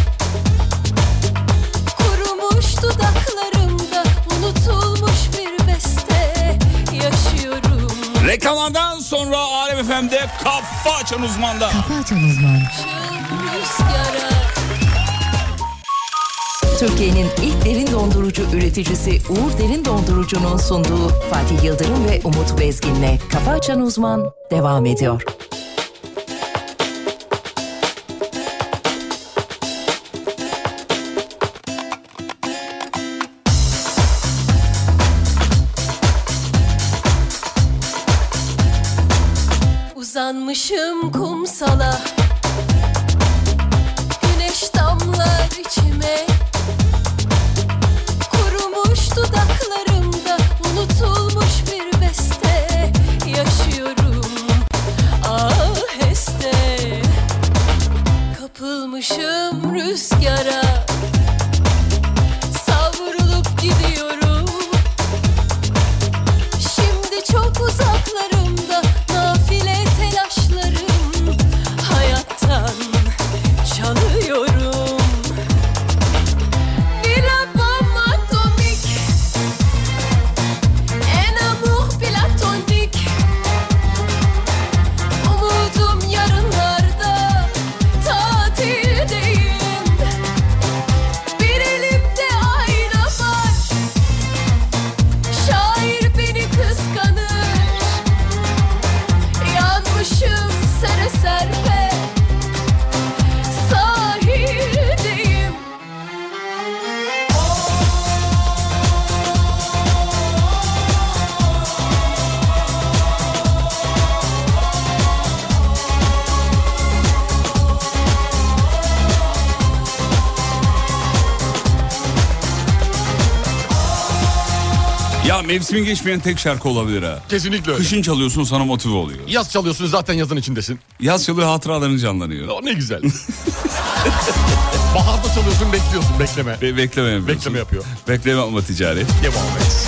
[SPEAKER 2] kurumuş dudaklarımda unutulmuş bir beste yaşıyorum.
[SPEAKER 4] Reklamlardan sonra Alem F M'de Kafa Açan Uzman'da.
[SPEAKER 1] Kafa Açan Uzman.
[SPEAKER 2] Rüzgara
[SPEAKER 1] Türkiye'nin ilk derin dondurucu üreticisi Uğur Derin Dondurucu'nun sunduğu Fatih Yıldırım ve Umut Bezgin'le Kafa Açan Uzman devam ediyor.
[SPEAKER 2] uzanmışım kumsala, güneş damlar içime, kurumuş dudaklarımda unutulmuş bir beste yaşıyorum. Aheste kapılmışım rüzgara, savrulup gidiyorum. Şimdi çok uzaklarımda nafile telaşlarım, hayattan çalıyorum. Bir abam atomik, en amour platonik. Umudum yarınlarda, tatildeyim. Bir elimde ayna var, şair beni kıskanır. Yanmışım sere serpe, sahildeyim.
[SPEAKER 4] Ya mevsimin geçmeyen tek şarkı olabilir ha.
[SPEAKER 5] Kesinlikle öyle.
[SPEAKER 4] Kışın çalıyorsun, sana motive oluyor.
[SPEAKER 5] Yaz çalıyorsun, zaten yazın içindesin.
[SPEAKER 4] Yaz çalıyor, hatıraların canlanıyor.
[SPEAKER 5] O ne güzel. Baharda çalıyorsun, bekliyorsun, bekleme.
[SPEAKER 4] Be- bekleme yapıyorsun.
[SPEAKER 5] Bekleme yapıyor.
[SPEAKER 4] Bekleme ama ticari.
[SPEAKER 5] Devam et.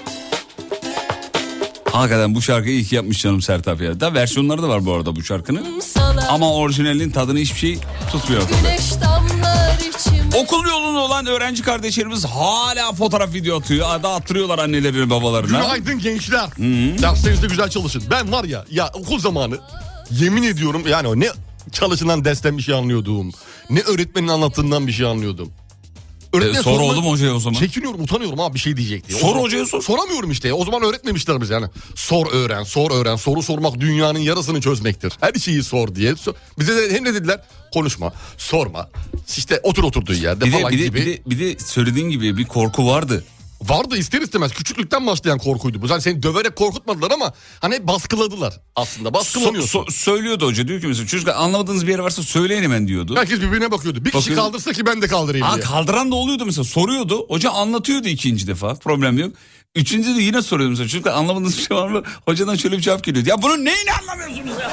[SPEAKER 4] Hakikaten bu şarkıyı iyi ki yapmış canım Sertab ya. Da versiyonları da var bu arada bu şarkının.
[SPEAKER 2] Kumsala,
[SPEAKER 4] Ama orijinalinin tadını hiçbir şey tutmuyor.
[SPEAKER 2] güneş damlar içime.
[SPEAKER 4] Okul yolunda olan öğrenci kardeşlerimiz hala fotoğraf video atıyor. Da attırıyorlar annelerini babalarına.
[SPEAKER 5] Günaydın gençler. Derslerinizde güzel çalışın. Ben var ya, ya okul zamanı yemin ediyorum yani o ne çalışılan dersten bir şey anlıyordum. Ne öğretmenin anlattığından bir şey anlıyordum.
[SPEAKER 4] Ee, sor oğlum hocaya o zaman.
[SPEAKER 5] Çekiniyorum, utanıyorum abi, bir şey diyecek diye. O
[SPEAKER 4] Sor
[SPEAKER 5] zaman-
[SPEAKER 4] hocaya sor.
[SPEAKER 5] Soramıyorum işte. O zaman öğretmemişler bize yani. Sor öğren, sor öğren. Soru sormak dünyanın yarısını çözmektir. Her şeyi sor diye. So- Bize de hem ne dediler? Konuşma, sorma. İşte otur oturduğu yerde
[SPEAKER 4] Bir de,
[SPEAKER 5] falan
[SPEAKER 4] bir, de,
[SPEAKER 5] gibi.
[SPEAKER 4] bir, de, bir de söylediğin gibi bir korku vardı.
[SPEAKER 5] Vardı, ister istemez. Küçüklükten başlayan korkuydu bu. Yani seni döverek korkutmadılar ama hani baskıladılar aslında. Baskılanıyorsun.
[SPEAKER 4] So- so- söylüyordu hoca, diyor ki mesela çocuklar anlamadığınız bir yer varsa söyleyin hemen diyordu.
[SPEAKER 5] Herkes birbirine bakıyordu. Bir kişi
[SPEAKER 4] Bakıyordu.
[SPEAKER 5] kaldırsa ki ben de kaldırayım
[SPEAKER 4] Aa,
[SPEAKER 5] diye.
[SPEAKER 4] kaldıran da oluyordu mesela, soruyordu. Hoca anlatıyordu ikinci defa, problem yok. Üçüncü de yine soruyordu mesela, çocuklar anlamadığınız bir şey var mı? Hocadan şöyle bir cevap geliyordu. Ya bunun neyini anlamıyorsunuz ya?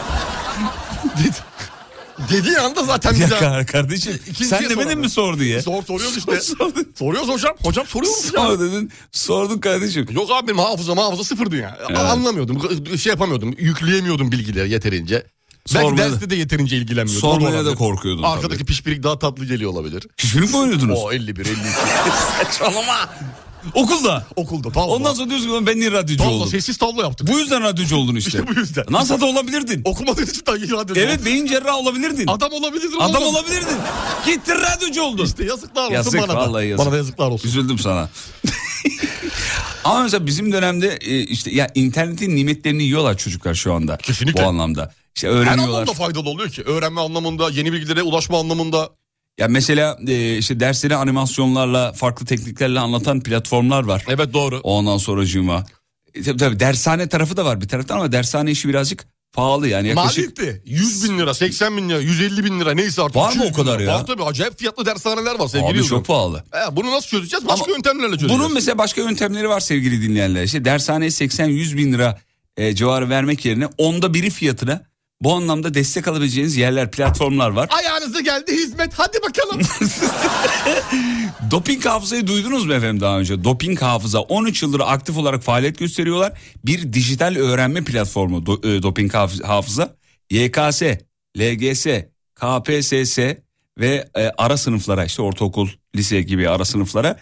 [SPEAKER 5] Dediği anda zaten bir
[SPEAKER 4] Ya
[SPEAKER 5] daha...
[SPEAKER 4] kar- kardeşim
[SPEAKER 5] İkinciye
[SPEAKER 4] sen demedin
[SPEAKER 5] soramıyor.
[SPEAKER 4] mi sor diye?
[SPEAKER 5] Sor, soruyoruz işte.
[SPEAKER 4] Sor-
[SPEAKER 5] Soruyoruz hocam. Hocam soruyoruz ya.
[SPEAKER 4] Sor dedin, sorduk kardeşim.
[SPEAKER 5] Yok abi, benim hafızam hafıza sıfırdı ya.
[SPEAKER 4] Evet.
[SPEAKER 5] Anlamıyordum. Şey yapamıyordum. Yükleyemiyordum bilgileri yeterince. Belki
[SPEAKER 4] Sormaya da-
[SPEAKER 5] derste de yeterince ilgilenmiyordum.
[SPEAKER 4] Sormaya
[SPEAKER 5] O
[SPEAKER 4] da
[SPEAKER 5] olabilir.
[SPEAKER 4] korkuyordun
[SPEAKER 5] Arkadaki
[SPEAKER 4] tabii.
[SPEAKER 5] pişpirik daha tatlı geliyor olabilir.
[SPEAKER 4] Kişilik mi oynuyordunuz?
[SPEAKER 5] O elli bir elli iki.
[SPEAKER 4] Saçmalama. Okulda.
[SPEAKER 5] Okulda tamam.
[SPEAKER 4] Ondan sonra diyorsun ki "Lan ben niye radyocu
[SPEAKER 5] Vallahi
[SPEAKER 4] oldum?
[SPEAKER 5] sessiz tablo yaptık.
[SPEAKER 4] Bu yüzden radyocu oldun işte.
[SPEAKER 5] İşte bu yüzden.
[SPEAKER 4] NASA da olabilirdin.
[SPEAKER 5] Okumadığın için daha iyi radyocu
[SPEAKER 4] Evet,
[SPEAKER 5] oldum.
[SPEAKER 4] beyin cerrahı olabilirdin.
[SPEAKER 5] Adam olabilirdin.
[SPEAKER 4] Adam
[SPEAKER 5] oğlum.
[SPEAKER 4] olabilirdin. Gittin radyocu oldun.
[SPEAKER 5] İşte yazıklar olsun
[SPEAKER 4] Yazık,
[SPEAKER 5] bana da.
[SPEAKER 4] vallahi yazık.
[SPEAKER 5] Bana da yazıklar olsun.
[SPEAKER 4] Üzüldüm sana. Ama mesela bizim dönemde e, işte ya internetin nimetlerini yiyorlar çocuklar şu anda.
[SPEAKER 5] Kesinlikle.
[SPEAKER 4] Bu anlamda. İşte
[SPEAKER 5] Her
[SPEAKER 4] öğreniyorlar.
[SPEAKER 5] anlamda faydalı oluyor ki. Öğrenme anlamında, yeni bilgilere ulaşma anlamında.
[SPEAKER 4] Ya mesela e, işte dersleri animasyonlarla, farklı tekniklerle anlatan platformlar var.
[SPEAKER 5] Evet, doğru.
[SPEAKER 4] Ondan sonracığıma. E, tabii, tabii dershane tarafı da var bir taraftan ama dershane işi birazcık pahalı yani. Yaklaşık...
[SPEAKER 5] Maliyetli. yüz bin lira, seksen bin lira, yüz elli bin lira neyse artık.
[SPEAKER 4] Var mı
[SPEAKER 5] iki yüz
[SPEAKER 4] o kadar
[SPEAKER 5] bin lira.
[SPEAKER 4] ya?
[SPEAKER 5] Var tabii, acayip fiyatlı dershaneler var sevgili
[SPEAKER 4] Abi
[SPEAKER 5] Yıldırım.
[SPEAKER 4] çok pahalı.
[SPEAKER 5] E, bunu nasıl çözeceğiz? Başka
[SPEAKER 4] Ama
[SPEAKER 5] yöntemlerle çözeceğiz.
[SPEAKER 4] Bunun mesela başka yöntemleri var sevgili dinleyenler. İşte dershaneye seksen yüz bin lira e, civarı vermek yerine onda biri fiyatına bu anlamda destek alabileceğiniz yerler, platformlar var.
[SPEAKER 5] Ayağınıza geldi hizmet, hadi bakalım.
[SPEAKER 4] Doping hafızayı duydunuz mu efendim daha önce? Doping hafıza on üç yıldır aktif olarak faaliyet gösteriyorlar. Bir dijital öğrenme platformu do, e, doping hafıza. Y K S, L G S, K P S S ve e, ara sınıflara işte ortaokul, lise gibi ara sınıflara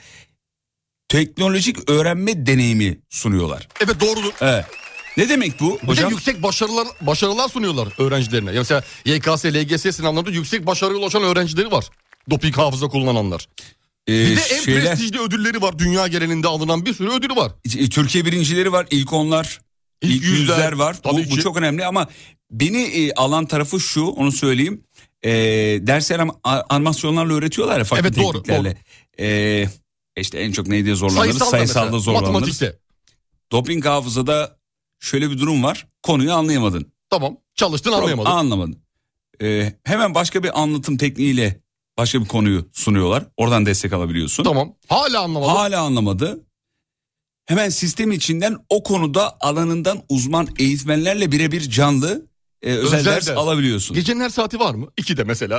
[SPEAKER 4] teknolojik öğrenme deneyimi sunuyorlar.
[SPEAKER 5] Evet doğrudur.
[SPEAKER 4] Evet. Ne demek bu
[SPEAKER 5] Bir
[SPEAKER 4] hocam?
[SPEAKER 5] de yüksek başarılar başarılar sunuyorlar öğrencilerine. Ya mesela Y K S, L G S sınavlarında yüksek başarıya ulaşan öğrencileri var. Doping hafıza kullananlar.
[SPEAKER 4] Ee,
[SPEAKER 5] Bir de en
[SPEAKER 4] şeyler,
[SPEAKER 5] prestijli ödülleri var. Dünya genelinde alınan bir sürü ödülü var.
[SPEAKER 4] Türkiye birincileri var, ilk onlar, ilk, ilk yüzler, yüzler var. Bu, bu çok önemli ama beni e, alan tarafı şu, onu söyleyeyim. E, dersler animasyonlarla öğretiyorlar ya farklı
[SPEAKER 5] evet, doğru,
[SPEAKER 4] tekniklerle. Doğru. E, işte en çok neydi zorlanırız?
[SPEAKER 5] Sayısalda,
[SPEAKER 4] Sayısalda zorlanırız.
[SPEAKER 5] Matematikte.
[SPEAKER 4] Doping hafızada şöyle bir durum var. Konuyu anlayamadın.
[SPEAKER 5] Tamam. Çalıştın anlayamadın.
[SPEAKER 4] Anlamadın. E, hemen başka bir anlatım tekniğiyle başka bir konuyu sunuyorlar. Oradan destek alabiliyorsun.
[SPEAKER 5] Tamam. Hala anlamadı.
[SPEAKER 4] Hala anlamadı. Hemen sistem içinden o konuda alanından uzman eğitmenlerle birebir canlı e, özel, özel ders, ders alabiliyorsun.
[SPEAKER 5] Gecenin her saati var mı? İkide mesela.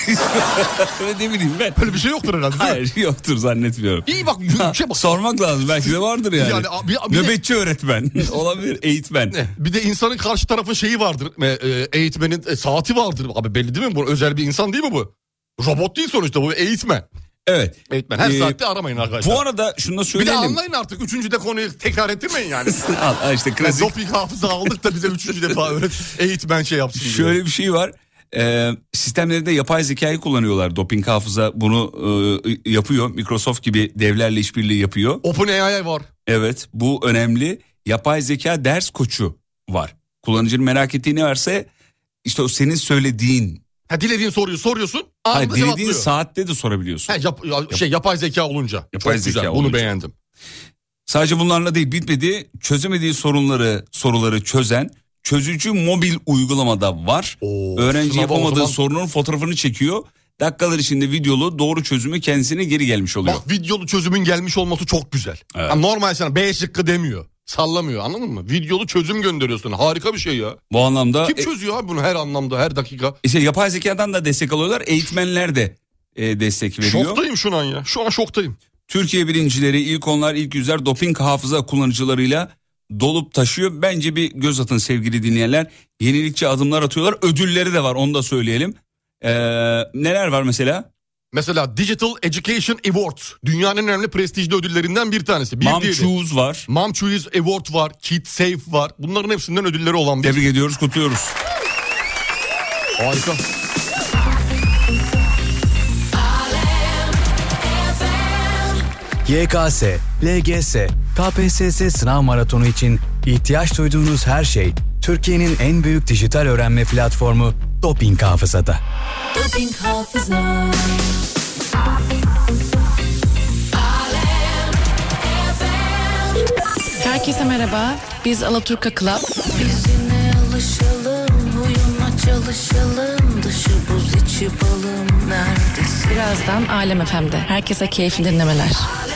[SPEAKER 4] Öyle ne bileyim ben.
[SPEAKER 5] Böyle bir şey yoktur herhalde.
[SPEAKER 4] Hayır yoktur zannetmiyorum.
[SPEAKER 5] İyi bak. Şey bak.
[SPEAKER 4] Sormak lazım belki de vardır yani. yani bir, bir Nöbetçi de... öğretmen olabilir, eğitmen.
[SPEAKER 5] Bir de insanın karşı tarafın şeyi vardır. Eğitmenin saati vardır. Abi belli değil mi? Bu özel bir insan değil mi bu? Robot değil sonuçta bu eğitmen.
[SPEAKER 4] Evet.
[SPEAKER 5] Eğitmen. Her
[SPEAKER 4] ee,
[SPEAKER 5] saatte aramayın arkadaşlar.
[SPEAKER 4] Bu arada şunu da söyleyelim.
[SPEAKER 5] Bir de anlayın artık. Üçüncüde konuyu tekrar ettirmeyin yani.
[SPEAKER 4] Al, işte klasik.
[SPEAKER 5] Yani doping hafıza aldık da bize üçüncü defa öğret. Eğitmen şey yapsın diye.
[SPEAKER 4] Şöyle bir şey var. Ee, sistemlerinde yapay zekayı kullanıyorlar. Doping hafıza bunu e, yapıyor. Microsoft gibi devlerle işbirliği yapıyor.
[SPEAKER 5] OpenAI var.
[SPEAKER 4] Evet, bu önemli. Yapay zeka ders koçu var. Kullanıcının merak ettiği ne varsa işte o senin söylediğin.
[SPEAKER 5] Ha, dilediğin soruyu soruyorsun.
[SPEAKER 4] Hayır, dilediğin saatte de sorabiliyorsun.
[SPEAKER 5] Ha, yap, şey yapay zeka olunca.
[SPEAKER 4] Yapay
[SPEAKER 5] Çok
[SPEAKER 4] zeka
[SPEAKER 5] güzel.
[SPEAKER 4] olunca.
[SPEAKER 5] Bunu beğendim.
[SPEAKER 4] Sadece bunlarla değil, bitmedi. Çözemediği sorunları, soruları çözen çözücü mobil uygulamada var. Oo, öğrenci yapamadığı zaman... sorunun fotoğrafını çekiyor. Dakikalar içinde videolu doğru çözümü kendisine geri gelmiş oluyor.
[SPEAKER 5] Bak, videolu çözümün gelmiş olması çok güzel. Evet. Yani normal sana B şıkkı demiyor. Sallamıyor, anladın mı? Videolu çözüm gönderiyorsun. Harika bir şey ya.
[SPEAKER 4] Bu anlamda...
[SPEAKER 5] Kim çözüyor abi bunu her anlamda, her dakika?
[SPEAKER 4] İşte yapay zekadan da destek alıyorlar. Eğitmenler de e, destek veriyor.
[SPEAKER 5] Şoktayım şu an ya. Şu an şoktayım.
[SPEAKER 4] Türkiye birincileri, ilk onlar, ilk yüzler doping hafıza kullanıcılarıyla dolup taşıyor. Bence bir göz atın sevgili dinleyenler. Yenilikçi adımlar atıyorlar. Ödülleri de var, onu da söyleyelim. Ee, neler var mesela?
[SPEAKER 5] Mesela Digital Education Award. Dünyanın en önemli prestijli ödüllerinden bir tanesi. Bir
[SPEAKER 4] Mom Choose var.
[SPEAKER 5] Mom Choose Award var. Kid Safe var. Bunların hepsinden ödülleri olan bir...
[SPEAKER 4] Tebrik ediyoruz, kutluyoruz.
[SPEAKER 5] Harika.
[SPEAKER 8] Y K S, L G S, K P S S sınav maratonu için ihtiyaç duyduğunuz her şey Türkiye'nin en büyük dijital öğrenme platformu Doping Hafıza'da.
[SPEAKER 2] Doping Hafıza.
[SPEAKER 9] Herkese merhaba. Biz Alaturka Club.
[SPEAKER 2] Biz yine alışalım, uyuma çalışalım. Dışı buz içi balım neredesin?
[SPEAKER 9] Birazdan Alem F M'de. Herkese keyifli dinlemeler.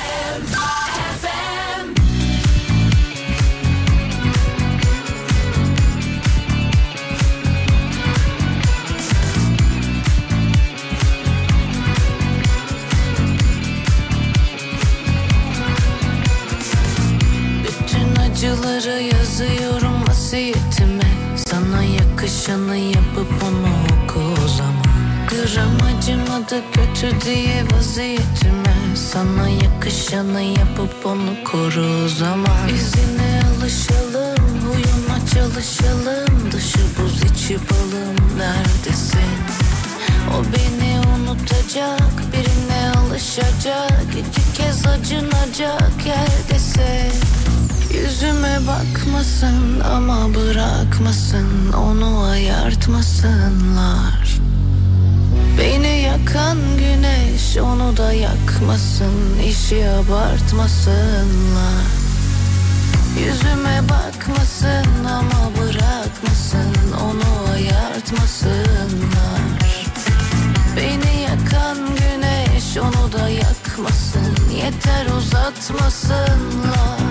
[SPEAKER 2] Acıları yazıyorum vasiyetime. Sana yakışanı yapıp onu oku o zaman. Gram acımadı kötü diye vaziyetime. Sana yakışanı yapıp onu koru o zaman. Biz yine alışalım, uyuma çalışalım. Dışı buz içi balım neredesin? O beni unutacak, birine alışacak. İki kez acınacak yerdesin. Yüzüme bakmasın ama bırakmasın, onu ayartmasınlar. Beni yakan güneş onu da yakmasın, işi abartmasınlar. Yüzüme bakmasın ama bırakmasın, onu ayartmasınlar. Beni yakan güneş onu da yakmasın, yeter uzatmasınlar.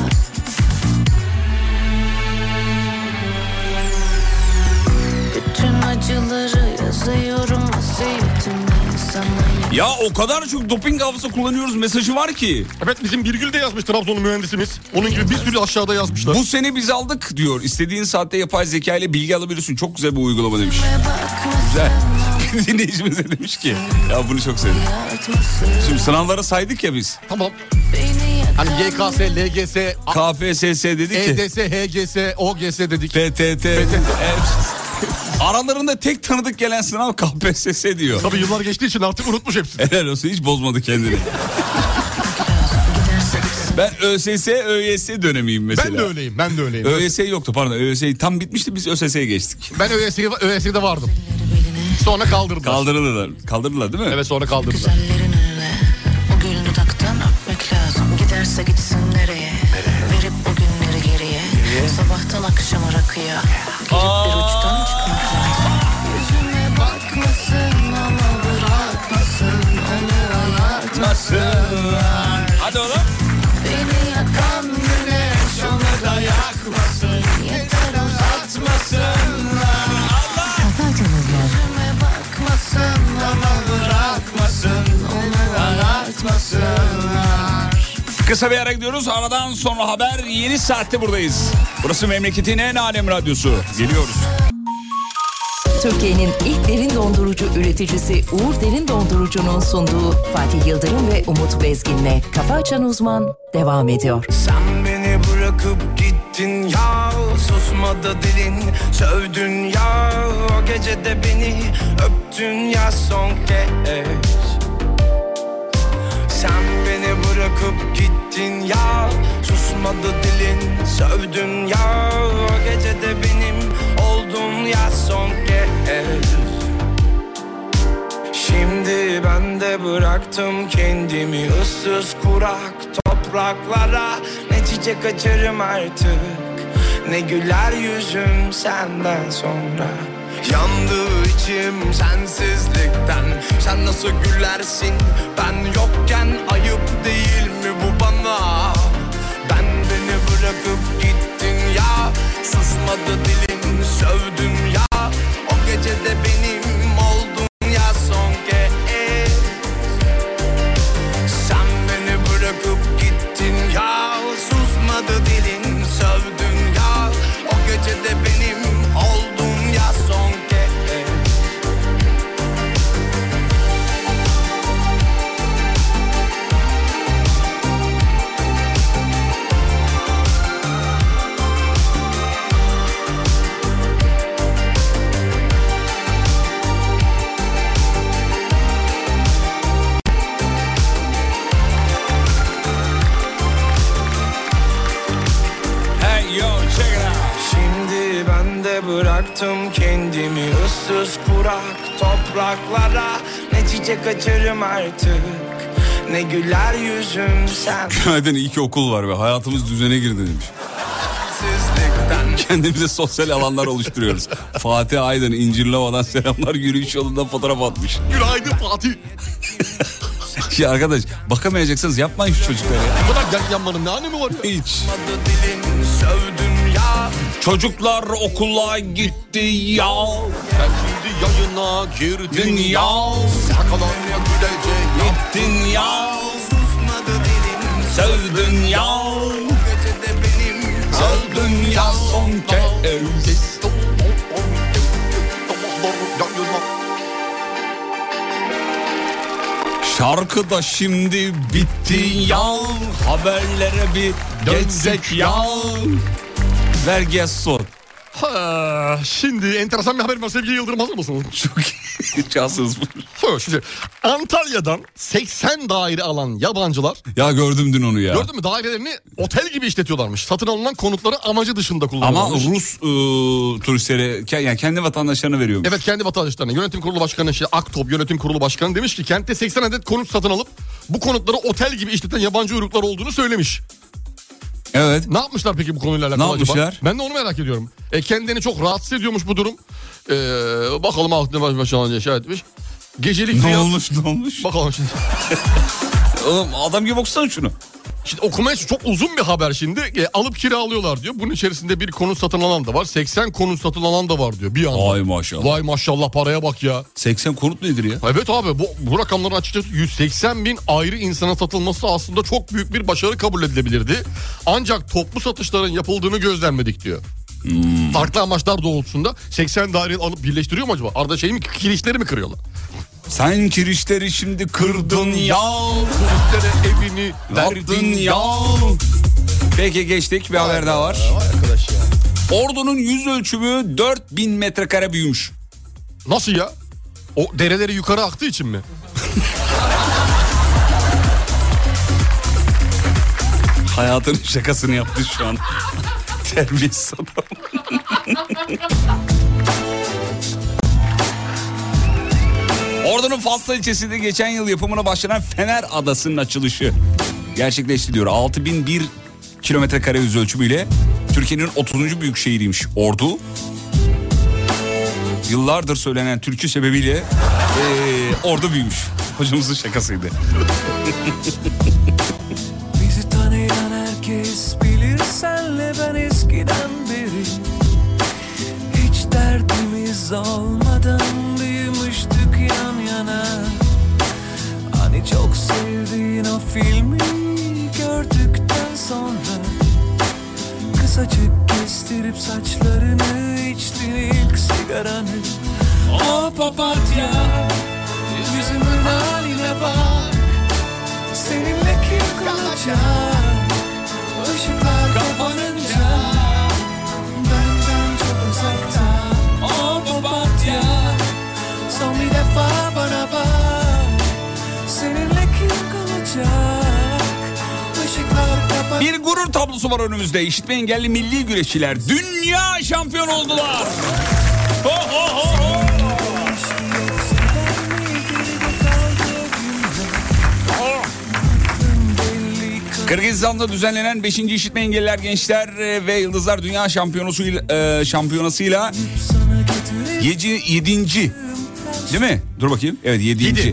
[SPEAKER 2] Bütün acıları yazıyorum vasiyetime. Sana
[SPEAKER 4] Ya o kadar çok doping hafıza kullanıyoruz mesajı var ki.
[SPEAKER 5] Evet, bizim Birgül de yazmış, Trabzonlu mühendisimiz. Onun gibi bir sürü aşağıda yazmışlar.
[SPEAKER 4] Bu sene biz aldık diyor. İstediğin saatte yapay zeka ile bilgi alabiliyorsun. Çok güzel bir uygulama demiş. Güzel. Dinleyicimiz de demiş ki ya bunu çok sevdim. Şimdi sınavları saydık ya biz.
[SPEAKER 5] Tamam. Hani Y K S, L G S,
[SPEAKER 4] K P S S dedik ki.
[SPEAKER 5] E D S, H G S, O G S dedik.
[SPEAKER 4] P T T. Evet. Aralarında tek tanıdık gelen sınav K P S S diyor.
[SPEAKER 5] Tabii yıllar geçtiği için artık unutmuş hepsini.
[SPEAKER 4] Helal olsun, hiç bozmadı kendini. Ben ÖSS, ÖYS dönemiyim mesela.
[SPEAKER 5] Ben de öyleyim, ben de öyleyim.
[SPEAKER 4] ÖYS yoktu pardon, ÖYS tam bitmişti, biz ÖSS'ye geçtik.
[SPEAKER 5] Ben ÖYS'de, ÖYS'de vardım. Sonra kaldırdılar.
[SPEAKER 4] Kaldırdılar. Kaldırdılar değil mi?
[SPEAKER 5] Evet, sonra kaldırdılar.
[SPEAKER 10] Güzellerin önüne o gül dudaktan öpmek lazım. Giderse gitsin nereye? Verip o günleri geriye. Sabahtan akşama rakıya. Girip bir uçtan çıkmak lazım. Yüzüme bakmasın ama bırakmasın. Onu ayartmasınlar.
[SPEAKER 4] Hadi oğlum.
[SPEAKER 10] Beni yakan güneş onu da yakmasın. Yeter uzatmasınlar. Yüzüme bakmasın ama bırakmasın. Onu ayartmasınlar.
[SPEAKER 4] Kısa bir ara gidiyoruz. Aradan sonra haber. Yeni saatte buradayız. Burası memleketin en alem radyosu. Geliyoruz.
[SPEAKER 1] Türkiye'nin ilk derin dondurucu üreticisi Uğur Derin Dondurucu'nun sunduğu Fatih Yıldırım ve Umut Bezgin'le Kafa Açan Uzman devam ediyor.
[SPEAKER 7] Sen beni bırakıp gittin ya, susmadı dilin, sövdün ya, o gece de beni öptün ya son kez. Sen beni bırakıp gittin ya, susmadı dilin, sövdün ya, o gece de benim oldun ya son kez. Şimdi ben de bıraktım kendimi ıssız kurak topraklara. Ne çiçek açarım artık, ne güler yüzüm senden sonra. Yandı içim sensizlikten, sen nasıl gülersin ben yokken, ayıp değil mi bu bana? Ben beni bırakıp gittin ya, susmadı dilin, sövdün ya, o gece de benim oldun ya son kez. Sen beni bırakıp gittin ya, susmadı dilin, sövdün ya, o gece de benim oldun ya son kez. Şimdi ben de bıraktım kendimi ıssız kurak topraklara. Ne çiçek açarım artık, ne güler yüzüm sen.
[SPEAKER 4] Günaydın, iyi ki okul var ve hayatımız düzene girdi demiş. Kendimize sosyal alanlar oluşturuyoruz. Fatih Aydın İncirlova'dan selamlar, yürüyüş yolundan fotoğraf atmış.
[SPEAKER 5] Günaydın Fatih.
[SPEAKER 4] Ya arkadaş, bakamayacaksınız yapmayın şu çocukları ya.
[SPEAKER 5] Bu kadar dert yanmanın ne anlamı var ya?
[SPEAKER 4] Hiç. Çocuklar okula gitti ya.
[SPEAKER 5] Sen şimdi yayına girdin ya. Şakalarla gülecek
[SPEAKER 4] gittin ya. Sövdün ya. Sövdün ya son kez. Şarkı da şimdi bitti ya. Haberlere bir geçsek ya. Vergi sor.
[SPEAKER 5] Ha, şimdi enteresan bir haberim var sevgili Yıldırım, hazır mısınız?
[SPEAKER 4] Çok iyi. Çalsınız bunu.
[SPEAKER 5] Şimdi Antalya'dan seksen daire alan yabancılar.
[SPEAKER 4] Ya gördüm dün onu ya.
[SPEAKER 5] Gördün mü, dairelerini otel gibi işletiyorlarmış. Satın alınan konutları amacı dışında kullanıyorlarmış.
[SPEAKER 4] Ama Rus ıı, turistlere, yani kendi vatandaşlarına veriyormuş.
[SPEAKER 5] Evet, kendi vatandaşlarına. Yönetim kurulu başkanı, işte Aktop yönetim kurulu başkanı demiş ki kentte seksen adet konut satın alıp bu konutları otel gibi işleten yabancı uyruklar olduğunu söylemiş.
[SPEAKER 4] Evet.
[SPEAKER 5] Ne yapmışlar peki bu konuyla alakalı
[SPEAKER 4] ne
[SPEAKER 5] acaba?
[SPEAKER 4] yapmışlar?
[SPEAKER 5] Ben de onu merak ediyorum. E, kendini çok rahatsız ediyormuş bu durum. E, bakalım altına baş başa diye şey etmiş. Gecelik
[SPEAKER 4] ne
[SPEAKER 5] fiyat...
[SPEAKER 4] olmuş ne olmuş?
[SPEAKER 5] Bakalım şimdi.
[SPEAKER 4] Oğlum adam gibi okusana şunu.
[SPEAKER 5] Şimdi okumaya çok uzun bir haber şimdi. E, alıp kiralıyorlar diyor. Bunun içerisinde bir konut satın alan da var. seksen konut satın alan da var diyor bir anda.
[SPEAKER 4] Vay maşallah.
[SPEAKER 5] Vay maşallah, paraya bak ya.
[SPEAKER 4] seksen konut nedir ya?
[SPEAKER 5] Evet abi, bu, bu rakamların açıkçası yüz seksen bin ayrı insana satılması aslında çok büyük bir başarı kabul edilebilirdi. Ancak toplu satışların yapıldığını gözlemledik diyor. Hmm. Farklı amaçlar doğrultusunda seksen daireyi alıp birleştiriyor mu acaba? Arada şey mi, kirişleri mi kırıyorlar?
[SPEAKER 4] Sen kirişleri şimdi kırdın ya.
[SPEAKER 5] Turistlere evini verdin ya.
[SPEAKER 4] Peki geçtik, bir vay haber be, daha var.
[SPEAKER 5] Vay arkadaş ya.
[SPEAKER 4] Ordu'nun yüz ölçümü dört bin metrekare büyümüş.
[SPEAKER 5] Nasıl ya? O dereleri yukarı aktığı için mi?
[SPEAKER 4] Hayatının şakasını yaptı şu an. Terbiyesiz adam. Ordu'nun Faslı ilçesinde geçen yıl yapımına başlanan Fener Adası'nın açılışı gerçekleşti diyor. altı bin bir kilometre kare yüz ölçümüyle Türkiye'nin otuzuncu büyük şehriymiş Ordu. Yıllardır söylenen türkü sebebiyle ee, Ordu büyümüş. Hocamızın şakasıydı.
[SPEAKER 11] Bizi tanıyan herkes bilir, senle ben eskiden beri hiç derdimiz olmadan büyümüştük yan yana. Hani çok sevdiğin o filmi gördükten sonra kısacık kestirip saçlarını, içtin ilk sigaranı. O papatya yüzümün haline bak, seninle kim kalacak? Işıklar kapanınca benden çok uzakta. O papatya son bir defa bana bak, seninle kim kalacak? Işıklar kapanınca.
[SPEAKER 4] Bir gurur tablosu var önümüzde. İşitme engelli milli güreşçiler dünya şampiyonu oldular. Ho ho ho ho. Kırgızistan'da düzenlenen beşinci İşitme Engelliler Gençler ve Yıldızlar Dünya Şampiyonası'yla e, şampiyonasıyla yedinci değil mi? Dur bakayım. Evet yedinci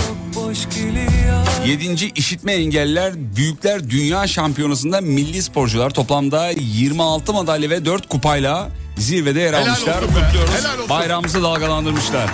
[SPEAKER 4] yedinci İşitme Engelliler Büyükler Dünya Şampiyonası'nda milli sporcular toplamda yirmi altı madalya ve dört kupayla zirvede yer
[SPEAKER 5] helal
[SPEAKER 4] almışlar.
[SPEAKER 5] Olsun be,
[SPEAKER 4] bayrağımızı dalgalandırmışlar.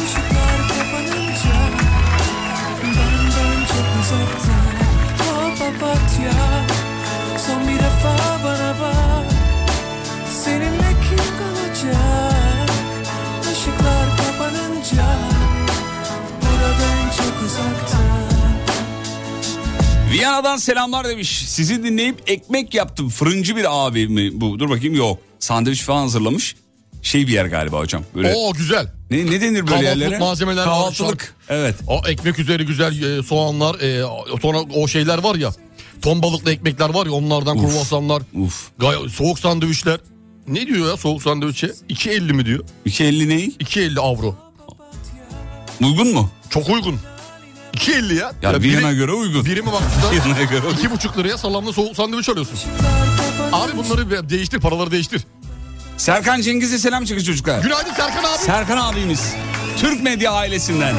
[SPEAKER 11] Papatya son bir defa bana bak, seninle kim kalacak? Işıklar kapanınca buradan çok uzakta.
[SPEAKER 4] Viyana'dan selamlar demiş. Sizi dinleyip ekmek yaptım. Fırıncı bir abi mi bu? Dur bakayım, yok. Sandviç falan hazırlamış. Şey bir yer galiba hocam. Böyle...
[SPEAKER 5] Oo güzel.
[SPEAKER 4] Ne, ne denir böyle yerlere?
[SPEAKER 5] Kahvaltılık malzemeler.
[SPEAKER 4] Kahvaltılık. Evet.
[SPEAKER 5] O ekmek üzeri güzel e, soğanlar, e, sonra o şeyler var ya. Ton balıklı ekmekler var ya, onlardan uf, kruvasanlar.
[SPEAKER 4] Uf.
[SPEAKER 5] Gay- soğuk sandviçler. Ne diyor ya soğuk sandviçe? iki elli mi diyor?
[SPEAKER 4] iki elli ne?
[SPEAKER 5] iki elli avro.
[SPEAKER 4] Uygun mu?
[SPEAKER 5] Çok uygun. iki elli ya.
[SPEAKER 4] Ya, ya birine göre uygun.
[SPEAKER 5] Birime baktığında iki buçuk liraya salamlı soğuk sandviç alıyorsun. Abi bunları değiştir, paraları değiştir.
[SPEAKER 4] Serkan Cengiz'e selam çıkın çocuklar.
[SPEAKER 5] Günaydın Serkan abi.
[SPEAKER 4] Serkan abimiz. Türk Medya ailesinden.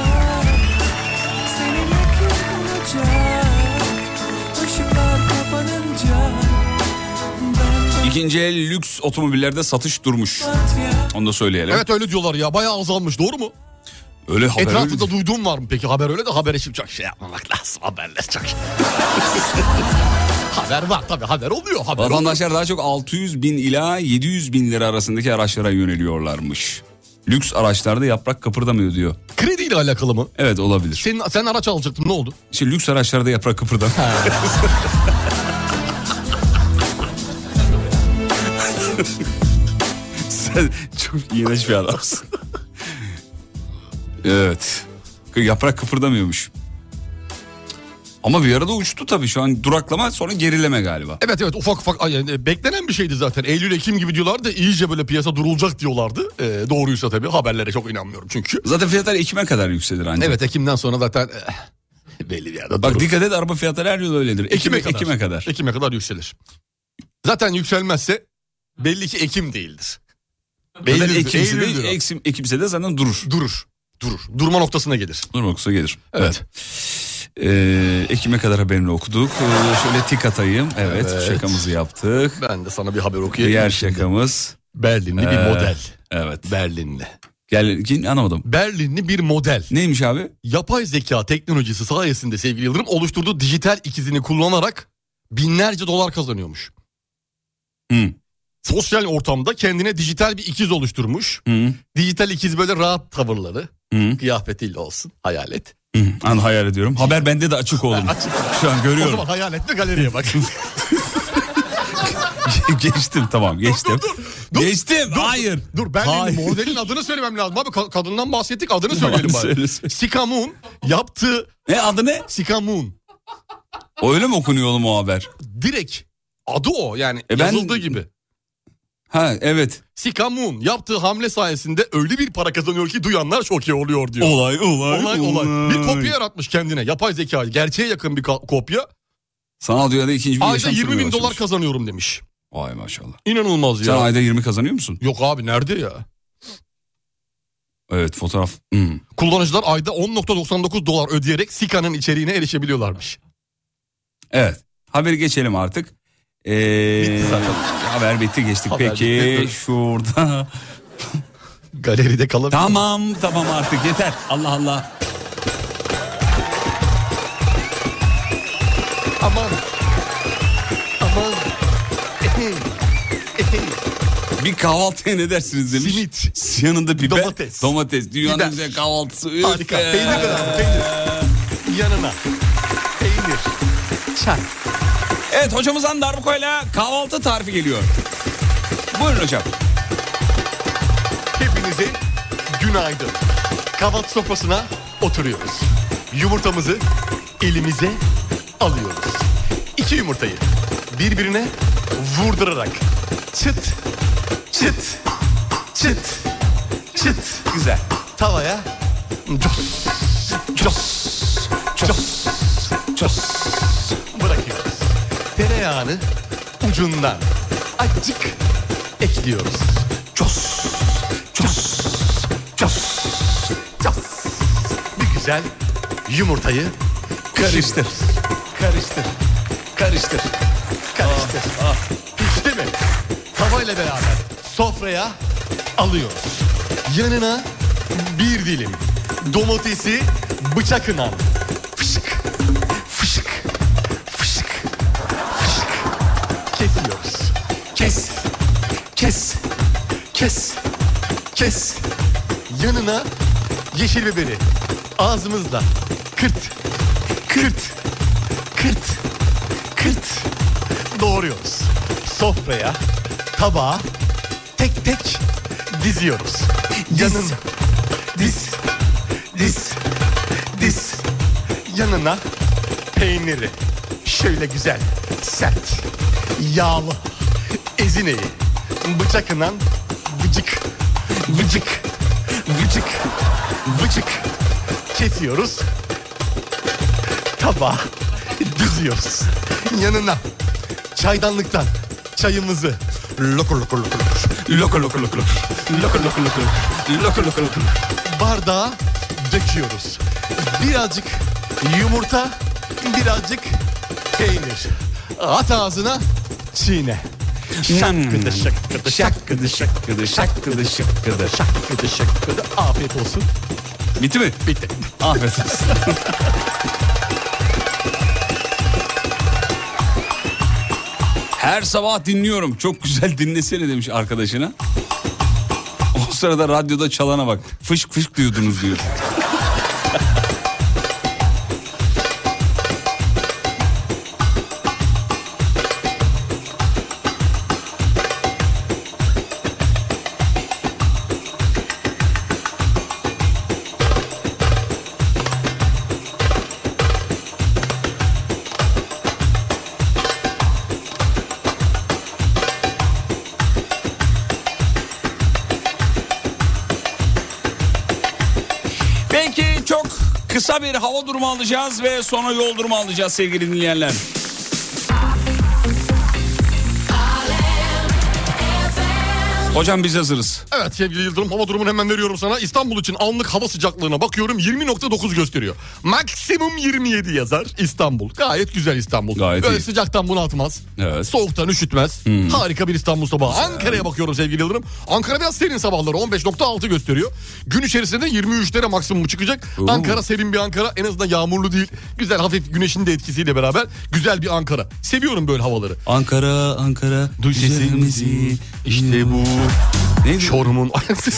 [SPEAKER 4] İkinci el lüks otomobillerde satış durmuş. Onu da söyleyelim.
[SPEAKER 5] Evet öyle diyorlar ya, bayağı azalmış, doğru mu?
[SPEAKER 4] Öyle haber.
[SPEAKER 5] Etrafında
[SPEAKER 4] öyle
[SPEAKER 5] duyduğum var mı peki haber? Öyle de habere şimdi çok şey yapmamak lazım, haberler çok. Haber var tabii, haber oluyor. Haber
[SPEAKER 4] Vatandaşlar
[SPEAKER 5] oluyor.
[SPEAKER 4] daha çok altı yüz bin ila yedi yüz bin lira arasındaki araçlara yöneliyorlarmış. Lüks araçlarda yaprak kıpırdamıyor diyor.
[SPEAKER 5] Krediyle alakalı mı?
[SPEAKER 4] Evet olabilir.
[SPEAKER 5] Senin, sen araç alacaktın, ne oldu?
[SPEAKER 4] İşte lüks araçlarda yaprak kıpırdamıyor. Sen çok iğrenç bir adamsın. Evet. Yaprak kıpırdamıyormuş. Ama bir arada uçtu tabii, şu an duraklama sonra gerileme galiba.
[SPEAKER 5] Evet evet ufak ufak yani beklenen bir şeydi zaten. Eylül Ekim gibi diyorlardı, iyice böyle piyasa durulacak diyorlardı. Ee, doğruysa tabii, haberlere çok inanmıyorum çünkü.
[SPEAKER 4] Zaten fiyatlar Ekim'e kadar yükselir ancak.
[SPEAKER 5] Evet Ekim'den sonra zaten eh, belli bir yerde
[SPEAKER 4] Bak
[SPEAKER 5] durur.
[SPEAKER 4] dikkat et, araba fiyatları her yıl öyledir. Ekim'e, Ekim'e kadar. Ekim'e kadar.
[SPEAKER 5] Ekim'e kadar yükselir. Zaten yükselmezse belli ki Ekim değildir.
[SPEAKER 4] Zaten Ekim'se de, Eksim, Ekim'se de zaten durur.
[SPEAKER 5] Durur. Durur. Durma noktasına gelir.
[SPEAKER 4] Durma noktasına gelir.
[SPEAKER 5] Evet.
[SPEAKER 4] Ee, Ekim'e kadar haberini okuduk. Ee, şöyle tik atayım. Evet,
[SPEAKER 5] Evet.
[SPEAKER 4] şakamızı yaptık.
[SPEAKER 5] Ben de sana bir haber okuyayım.
[SPEAKER 4] Diğer şakamız.
[SPEAKER 5] Berlinli bir
[SPEAKER 4] Ee,
[SPEAKER 5] model.
[SPEAKER 4] Evet.
[SPEAKER 5] Berlinli.
[SPEAKER 4] Gel, kim anlamadım.
[SPEAKER 5] Berlinli bir model.
[SPEAKER 4] Neymiş abi?
[SPEAKER 5] Yapay zeka teknolojisi sayesinde sevgili Yıldırım oluşturduğu dijital ikizini kullanarak binlerce dolar kazanıyormuş.
[SPEAKER 4] Hı.
[SPEAKER 5] Sosyal ortamda kendine dijital bir ikiz oluşturmuş.
[SPEAKER 4] Hı.
[SPEAKER 5] Dijital ikiz böyle rahat tavırları.
[SPEAKER 4] Hı.
[SPEAKER 5] Kıyafetiyle olsun. Hayal et.
[SPEAKER 4] Hı. An hayal ediyorum. Haber bende de açık oğlum.
[SPEAKER 5] Açık.
[SPEAKER 4] Şu an
[SPEAKER 5] O
[SPEAKER 4] görüyorum.
[SPEAKER 5] zaman hayal etme, galeriye bak.
[SPEAKER 4] Geçtim, tamam, geçtim.
[SPEAKER 5] Dur, dur, dur.
[SPEAKER 4] Geçtim.
[SPEAKER 5] Dur,
[SPEAKER 4] Hayır.
[SPEAKER 5] Dur, ben
[SPEAKER 4] Hayır.
[SPEAKER 5] modelin adını söylemem lazım. Abi ka- kadından bahsettik, adını
[SPEAKER 4] Tamam,
[SPEAKER 5] söyleyelim bari.
[SPEAKER 4] söyle, söyle.
[SPEAKER 5] Sika Moon yaptığı...
[SPEAKER 4] Ne adı ne?
[SPEAKER 5] Sika Moon.
[SPEAKER 4] Öyle mi okunuyor oğlum o haber?
[SPEAKER 5] Direkt adı o yani
[SPEAKER 4] E ben-
[SPEAKER 5] yazıldığı gibi.
[SPEAKER 4] Ha, evet.
[SPEAKER 5] Sika Moon yaptığı hamle sayesinde öyle bir para kazanıyor ki duyanlar şok oluyor diyor.
[SPEAKER 4] Olay, olay,
[SPEAKER 5] olay, olay. Bir kopya yaratmış kendine, yapay zeka, gerçeğe yakın bir ka- kopya.
[SPEAKER 4] Sanal dünyada ikinci bir
[SPEAKER 5] Ayda
[SPEAKER 4] yaşam
[SPEAKER 5] yirmi bin
[SPEAKER 4] sürmeye
[SPEAKER 5] dolar
[SPEAKER 4] başlamış.
[SPEAKER 5] kazanıyorum demiş.
[SPEAKER 4] Vay maşallah.
[SPEAKER 5] İnanılmaz ya.
[SPEAKER 4] Sen ayda yirmi kazanıyor musun?
[SPEAKER 5] Yok abi, nerede ya?
[SPEAKER 4] Evet, fotoğraf. Hmm.
[SPEAKER 5] Kullanıcılar ayda on virgül doksan dokuz dolar ödeyerek Sika'nın içeriğine erişebiliyorlarmış.
[SPEAKER 4] Evet. Haberi geçelim artık. Ee,
[SPEAKER 5] Bitti zaten.
[SPEAKER 4] Haber bitti, geçtik.
[SPEAKER 5] Haber
[SPEAKER 4] Peki
[SPEAKER 5] bitti.
[SPEAKER 4] şurada.
[SPEAKER 5] Galeride kalabilir.
[SPEAKER 4] Tamam tamam artık yeter. Allah Allah.
[SPEAKER 5] Aman. Aman. Ehey. Ehey.
[SPEAKER 4] Bir kahvaltıya ne dersiniz demiş.
[SPEAKER 5] Simit.
[SPEAKER 4] Yanında biber.
[SPEAKER 5] Domates.
[SPEAKER 4] Domates. Dünyanın
[SPEAKER 5] Biber.
[SPEAKER 4] en güzel kahvaltısı. Üf
[SPEAKER 5] Harika.
[SPEAKER 4] be.
[SPEAKER 5] Peynir kadar. Peynir. Yanına. Peynir. Çay.
[SPEAKER 4] Evet, hocamızdan darbukoyla kahvaltı tarifi geliyor. Buyurun hocam.
[SPEAKER 5] Hepinize günaydın. Kahvaltı sofrasına oturuyoruz. Yumurtamızı elimize alıyoruz. İki yumurtayı birbirine vurdurarak çıt çıt çıt çıt
[SPEAKER 4] Güzel.
[SPEAKER 5] tavaya cos cos cos cos bırakıyoruz. Tereyağını ucundan azıcık ekliyoruz. Cos cos cos cos. Bir güzel yumurtayı karıştır. Karıştır. Karıştır. Karıştır. Pişti mi? Tavayla beraber sofraya alıyoruz. Yanına bir dilim domatesi bıçakla fışık fışık fışık fışık kesiyoruz. Kes. Kes. Kes. Kes. Yanına yeşil biberi ağzımızla kırt. Kırt. Kırt. Kırt. Doğruyoruz. Sofraya, tabağa tek tek diziyoruz. Yanın diz. Diz. Diz. Yanına peyniri. Şöyle güzel, sert, yağlı ezineyi bıçakla vıcık, vıcık, vıcık, vıcık kesiyoruz. Tabağa diziyoruz. Yanına çaydanlıktan çayımızı lokur lokur lokur lokur lokur lokur lokur lokur lokur lokur lokur lokur lokur bardağa döküyoruz. Birazcık yumurta, birazcık peynir. At ağzına, çiğne. Şakkıdı şakkıdı şakkıdı şakkıdı şakkıdı şakkıdı şakkıdı şakkıdı. Afiyet olsun.
[SPEAKER 4] Bitti mi?
[SPEAKER 5] Bitti.
[SPEAKER 4] Afiyet olsun. Her sabah dinliyorum. Çok güzel dinlesene demiş arkadaşına. O sırada radyoda çalana bak. Fışk fışk diyordunuz diyor. Peki çok kısa bir hava durumu alacağız ve sonra yol durumu alacağız sevgili dinleyenler. Hocam biz hazırız.
[SPEAKER 5] Evet sevgili Yıldırım, hava durumunu hemen veriyorum sana. İstanbul için anlık hava sıcaklığına bakıyorum, yirmi nokta dokuz gösteriyor. Maksimum yirmi yedi yazar İstanbul. Gayet güzel İstanbul.
[SPEAKER 4] Gayet
[SPEAKER 5] Böyle
[SPEAKER 4] iyi.
[SPEAKER 5] sıcaktan bunaltmaz.
[SPEAKER 4] Evet.
[SPEAKER 5] Soğuktan üşütmez.
[SPEAKER 4] Hmm.
[SPEAKER 5] Harika bir İstanbul sabahı. Ankara'ya bakıyorum sevgili Yıldırım. Ankara biraz serin sabahları, on beş nokta altı gösteriyor. Gün içerisinde yirmi üçlere maksimum çıkacak.
[SPEAKER 4] Oo.
[SPEAKER 5] Ankara serin bir Ankara. En azından yağmurlu değil. Güzel, hafif güneşin de etkisiyle beraber güzel bir Ankara. Seviyorum böyle havaları.
[SPEAKER 4] Ankara, Ankara.
[SPEAKER 5] Duy sesimizi. İşte bu.
[SPEAKER 4] Neydi?
[SPEAKER 5] Çorum'un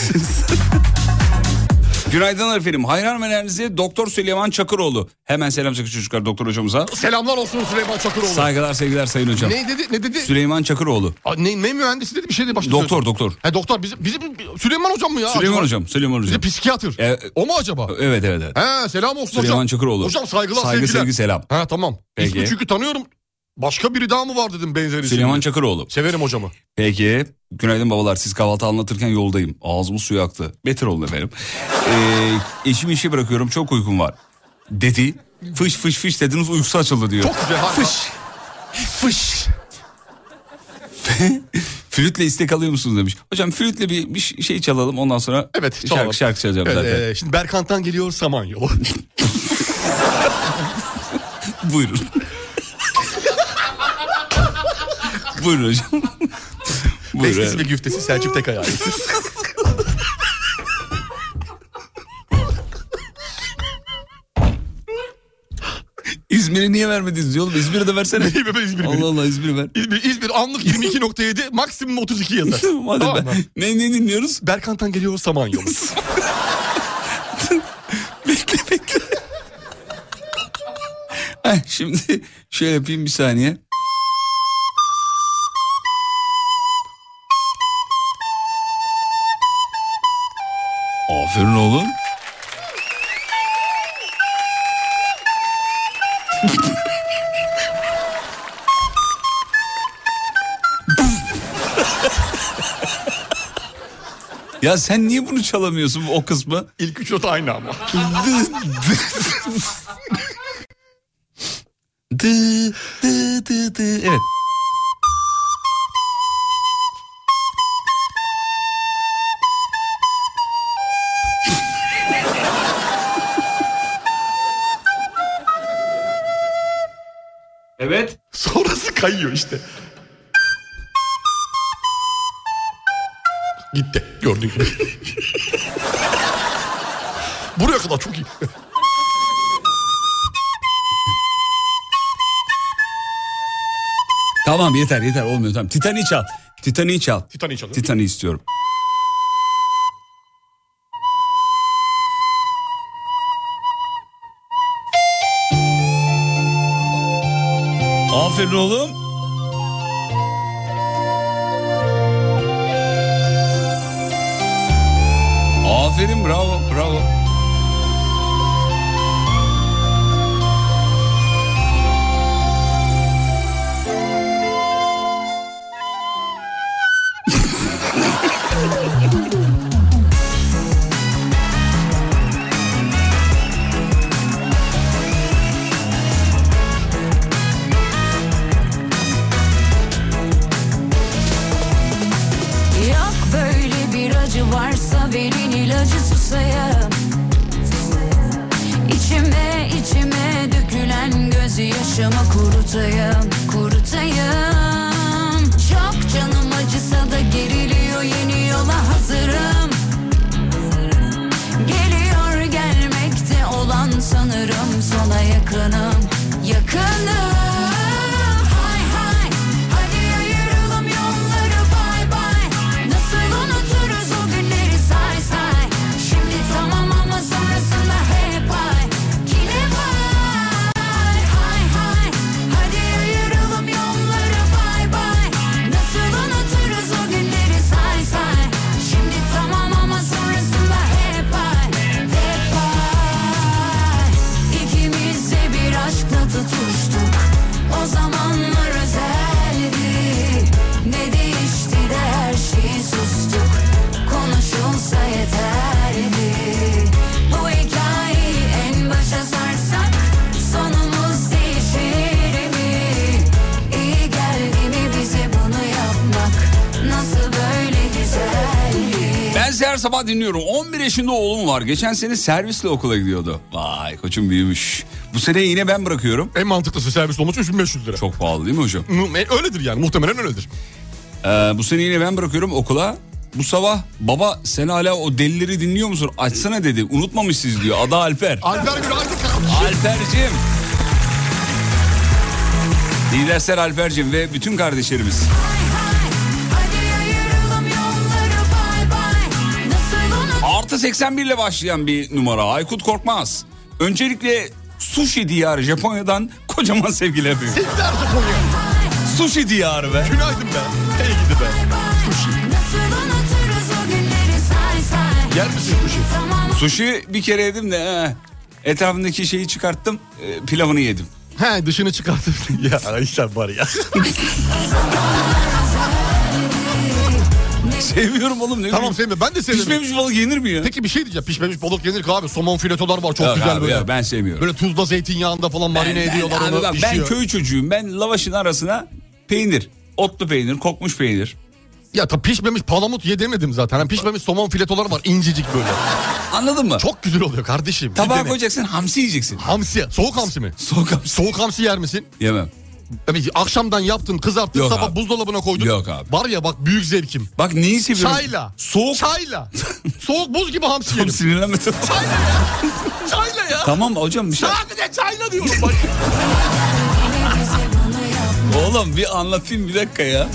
[SPEAKER 4] Günaydın efendim. Hayran enerjisi Doktor Süleyman Çakıroğlu. Hemen selam çakı çocuklar doktor hocamıza.
[SPEAKER 5] Selamlar olsun Süleyman Çakıroğlu.
[SPEAKER 4] Saygılar sevgiler sayın hocam.
[SPEAKER 5] Ne dedi? Ne dedi?
[SPEAKER 4] Süleyman Çakıroğlu.
[SPEAKER 5] Aa, ne, ne mühendisi dedi, bir şey dedi başta.
[SPEAKER 4] Doktor
[SPEAKER 5] söyledi.
[SPEAKER 4] doktor.
[SPEAKER 5] He doktor bizim, bizim Süleyman hocam mı ya?
[SPEAKER 4] Süleyman
[SPEAKER 5] acaba?
[SPEAKER 4] hocam. Süleyman hocam.
[SPEAKER 5] Bize psikiyatr.
[SPEAKER 4] E,
[SPEAKER 5] o mu acaba?
[SPEAKER 4] Evet evet evet.
[SPEAKER 5] He selam olsun
[SPEAKER 4] Süleyman
[SPEAKER 5] hocam.
[SPEAKER 4] Çakıroğlu.
[SPEAKER 5] Hocam saygılar
[SPEAKER 4] Saygı
[SPEAKER 5] sevgiler.
[SPEAKER 4] sevgi selam.
[SPEAKER 5] He tamam.
[SPEAKER 4] Peki.
[SPEAKER 5] İsmi çünkü tanıyorum. Başka biri daha mı var dedim benzeri.
[SPEAKER 4] Süleyman
[SPEAKER 5] isimli.
[SPEAKER 4] Çakıroğlu.
[SPEAKER 5] Severim hocamı.
[SPEAKER 4] Peki. Günaydın babalar. Siz kahvaltı anlatırken yoldayım. Ağzımız suya aktı. Beter oldu efendim. Ee, eşimi işe bırakıyorum. Çok uykum var. Dedi. Fış fış fış dediniz, uykusu açıldı diyor.
[SPEAKER 5] Çok güzel.
[SPEAKER 4] Fış. Fış. Flütle istek alıyor musunuz demiş. Hocam flütle bir, bir şey çalalım, ondan sonra
[SPEAKER 5] Evet çalalım.
[SPEAKER 4] şarkı, şarkı çalacağım
[SPEAKER 5] Evet,
[SPEAKER 4] zaten.
[SPEAKER 5] e, şimdi Berkant'tan geliyor Samanyolu.
[SPEAKER 4] Buyurun. Buyurun hocam. Buyurun.
[SPEAKER 5] Bestesi ve güftesi Selçuk Tekay'a ait.
[SPEAKER 4] İzmir'i niye vermediniz diyor oğlum? İzmir'i de versene.
[SPEAKER 5] Neyi be, İzmir'i
[SPEAKER 4] Allah Allah, İzmir'i ver.
[SPEAKER 5] İzmir, İzmir anlık yirmi iki nokta yedi, maksimum otuz iki yazar.
[SPEAKER 4] Hadi
[SPEAKER 5] Tamam
[SPEAKER 4] be.
[SPEAKER 5] mı?
[SPEAKER 4] Ne, ne dinliyoruz?
[SPEAKER 5] Berkant'tan geliyor Samanyolu.
[SPEAKER 4] Bekle bekle. Heh, şimdi şöyle yapayım bir saniye. Aferin oğlum. Ya sen niye bunu çalamıyorsun, o kısmı?
[SPEAKER 5] İlk üç not aynı ama.
[SPEAKER 4] Dı dı dı dı. Evet. Evet.
[SPEAKER 5] Sonrası kayıyor işte. Gitti gördüğün gibi. Buraya kadar çok iyi.
[SPEAKER 4] Tamam yeter yeter, olmuyor tamam. Titanic'i çal. Titanic'i çal.
[SPEAKER 5] Titanic'i çalıyor.
[SPEAKER 4] Titanic'i istiyorum. Aferin oğlum. Aferin, bravo bravo.
[SPEAKER 2] Yok böyle bir acı varsa verin ilacı susayım. İçime içime dökülen gözyaşımı kurutayım, kurutayım. Çok canım acısa da geriliyor, yeni yola hazırım. Geliyor gelmekte olan sanırım, sona yakınım, yakınım. Hay hay, hadi ayıralım yolları, bay bay. Nasıl unuturuz o günleri, say say. Şimdi tamam ama sonrasında hep ay. Yine vay, hay hay, hadi ayıralım yolları, bay bay. Nasıl unuturuz o günleri, say say. Şimdi tamam ama sonrasında hep ay, hep ay. İkimiz de bir aşk
[SPEAKER 4] sabah dinliyorum. on bir yaşında oğlum var. Geçen sene servisle okula gidiyordu. Vay koçum büyümüş. Bu sene yine ben bırakıyorum.
[SPEAKER 5] En mantıklısı servis olmuş üç bin beş yüz lira.
[SPEAKER 4] Çok pahalı değil mi hocam?
[SPEAKER 5] Öyledir yani, muhtemelen öyledir.
[SPEAKER 4] Ee, bu sene yine ben bırakıyorum okula. Bu sabah baba sen hala o delileri dinliyor musun? Açsana dedi. Unutmamışsınız diyor. Adı Alper.
[SPEAKER 5] Alper günaydın.
[SPEAKER 4] Alper'cim. İyi dersler Alper'cim ve bütün kardeşlerimiz. Artı seksen bir ile başlayan bir numara. Aykut Korkmaz. Öncelikle sushi diyarı Japonya'dan kocaman sevgiler yapıyor.
[SPEAKER 5] Sevgiler Japonya.
[SPEAKER 4] Sushi diyarı be.
[SPEAKER 5] Günaydın be. Hey gidi be. Sushi. Yer misin sushi?
[SPEAKER 4] Sushi bir kere yedim de he, etrafındaki şeyi çıkarttım, e, pilavını yedim.
[SPEAKER 5] He dışını çıkarttım. Ya sen var ya.
[SPEAKER 4] Sevmiyorum oğlum ne
[SPEAKER 5] Tamam sevmiyorum, ben de sevmiyorum.
[SPEAKER 4] Pişmemiş balık yenir mi ya?
[SPEAKER 5] Peki bir şey diyeceğim, pişmemiş balık yenir ki abi, somon filetolar var çok
[SPEAKER 4] yok
[SPEAKER 5] güzel
[SPEAKER 4] abi,
[SPEAKER 5] böyle.
[SPEAKER 4] Ya, ben sevmiyorum.
[SPEAKER 5] Böyle tuzla zeytinyağında falan marine
[SPEAKER 4] ben,
[SPEAKER 5] ediyorlar
[SPEAKER 4] ben,
[SPEAKER 5] onu,
[SPEAKER 4] bak,
[SPEAKER 5] pişiyor.
[SPEAKER 4] Ben köy çocuğuyum, ben lavaşın arasına peynir, otlu peynir, kokmuş peynir.
[SPEAKER 5] Ya tabii pişmemiş palamut yedemedim zaten. Yani pişmemiş somon filetolar var incecik böyle.
[SPEAKER 4] Anladın mı?
[SPEAKER 5] Çok güzel oluyor kardeşim.
[SPEAKER 4] Tabağa koyacaksın, hamsi yiyeceksin.
[SPEAKER 5] Hamsi, soğuk hamsi mi?
[SPEAKER 4] Soğuk hamsi.
[SPEAKER 5] Soğuk hamsi yer misin?
[SPEAKER 4] Yemem.
[SPEAKER 5] Tabii akşamdan yaptın, kızarttın,
[SPEAKER 4] Yok
[SPEAKER 5] sabah
[SPEAKER 4] abi.
[SPEAKER 5] buzdolabına koydun.
[SPEAKER 4] Yok abi.
[SPEAKER 5] Var ya bak, büyük zevkim.
[SPEAKER 4] Bak neyi seviyorum?
[SPEAKER 5] Çayla.
[SPEAKER 4] Soğuk.
[SPEAKER 5] Çayla. Soğuk buz gibi hamsi
[SPEAKER 4] Tam
[SPEAKER 5] yerim.
[SPEAKER 4] sinirlenmedim.
[SPEAKER 5] Çayla ya. Çayla ya.
[SPEAKER 4] Tamam hocam bir şey.
[SPEAKER 5] Sadece çayla diyorum bak.
[SPEAKER 4] Oğlum bir anlatayım bir dakika ya.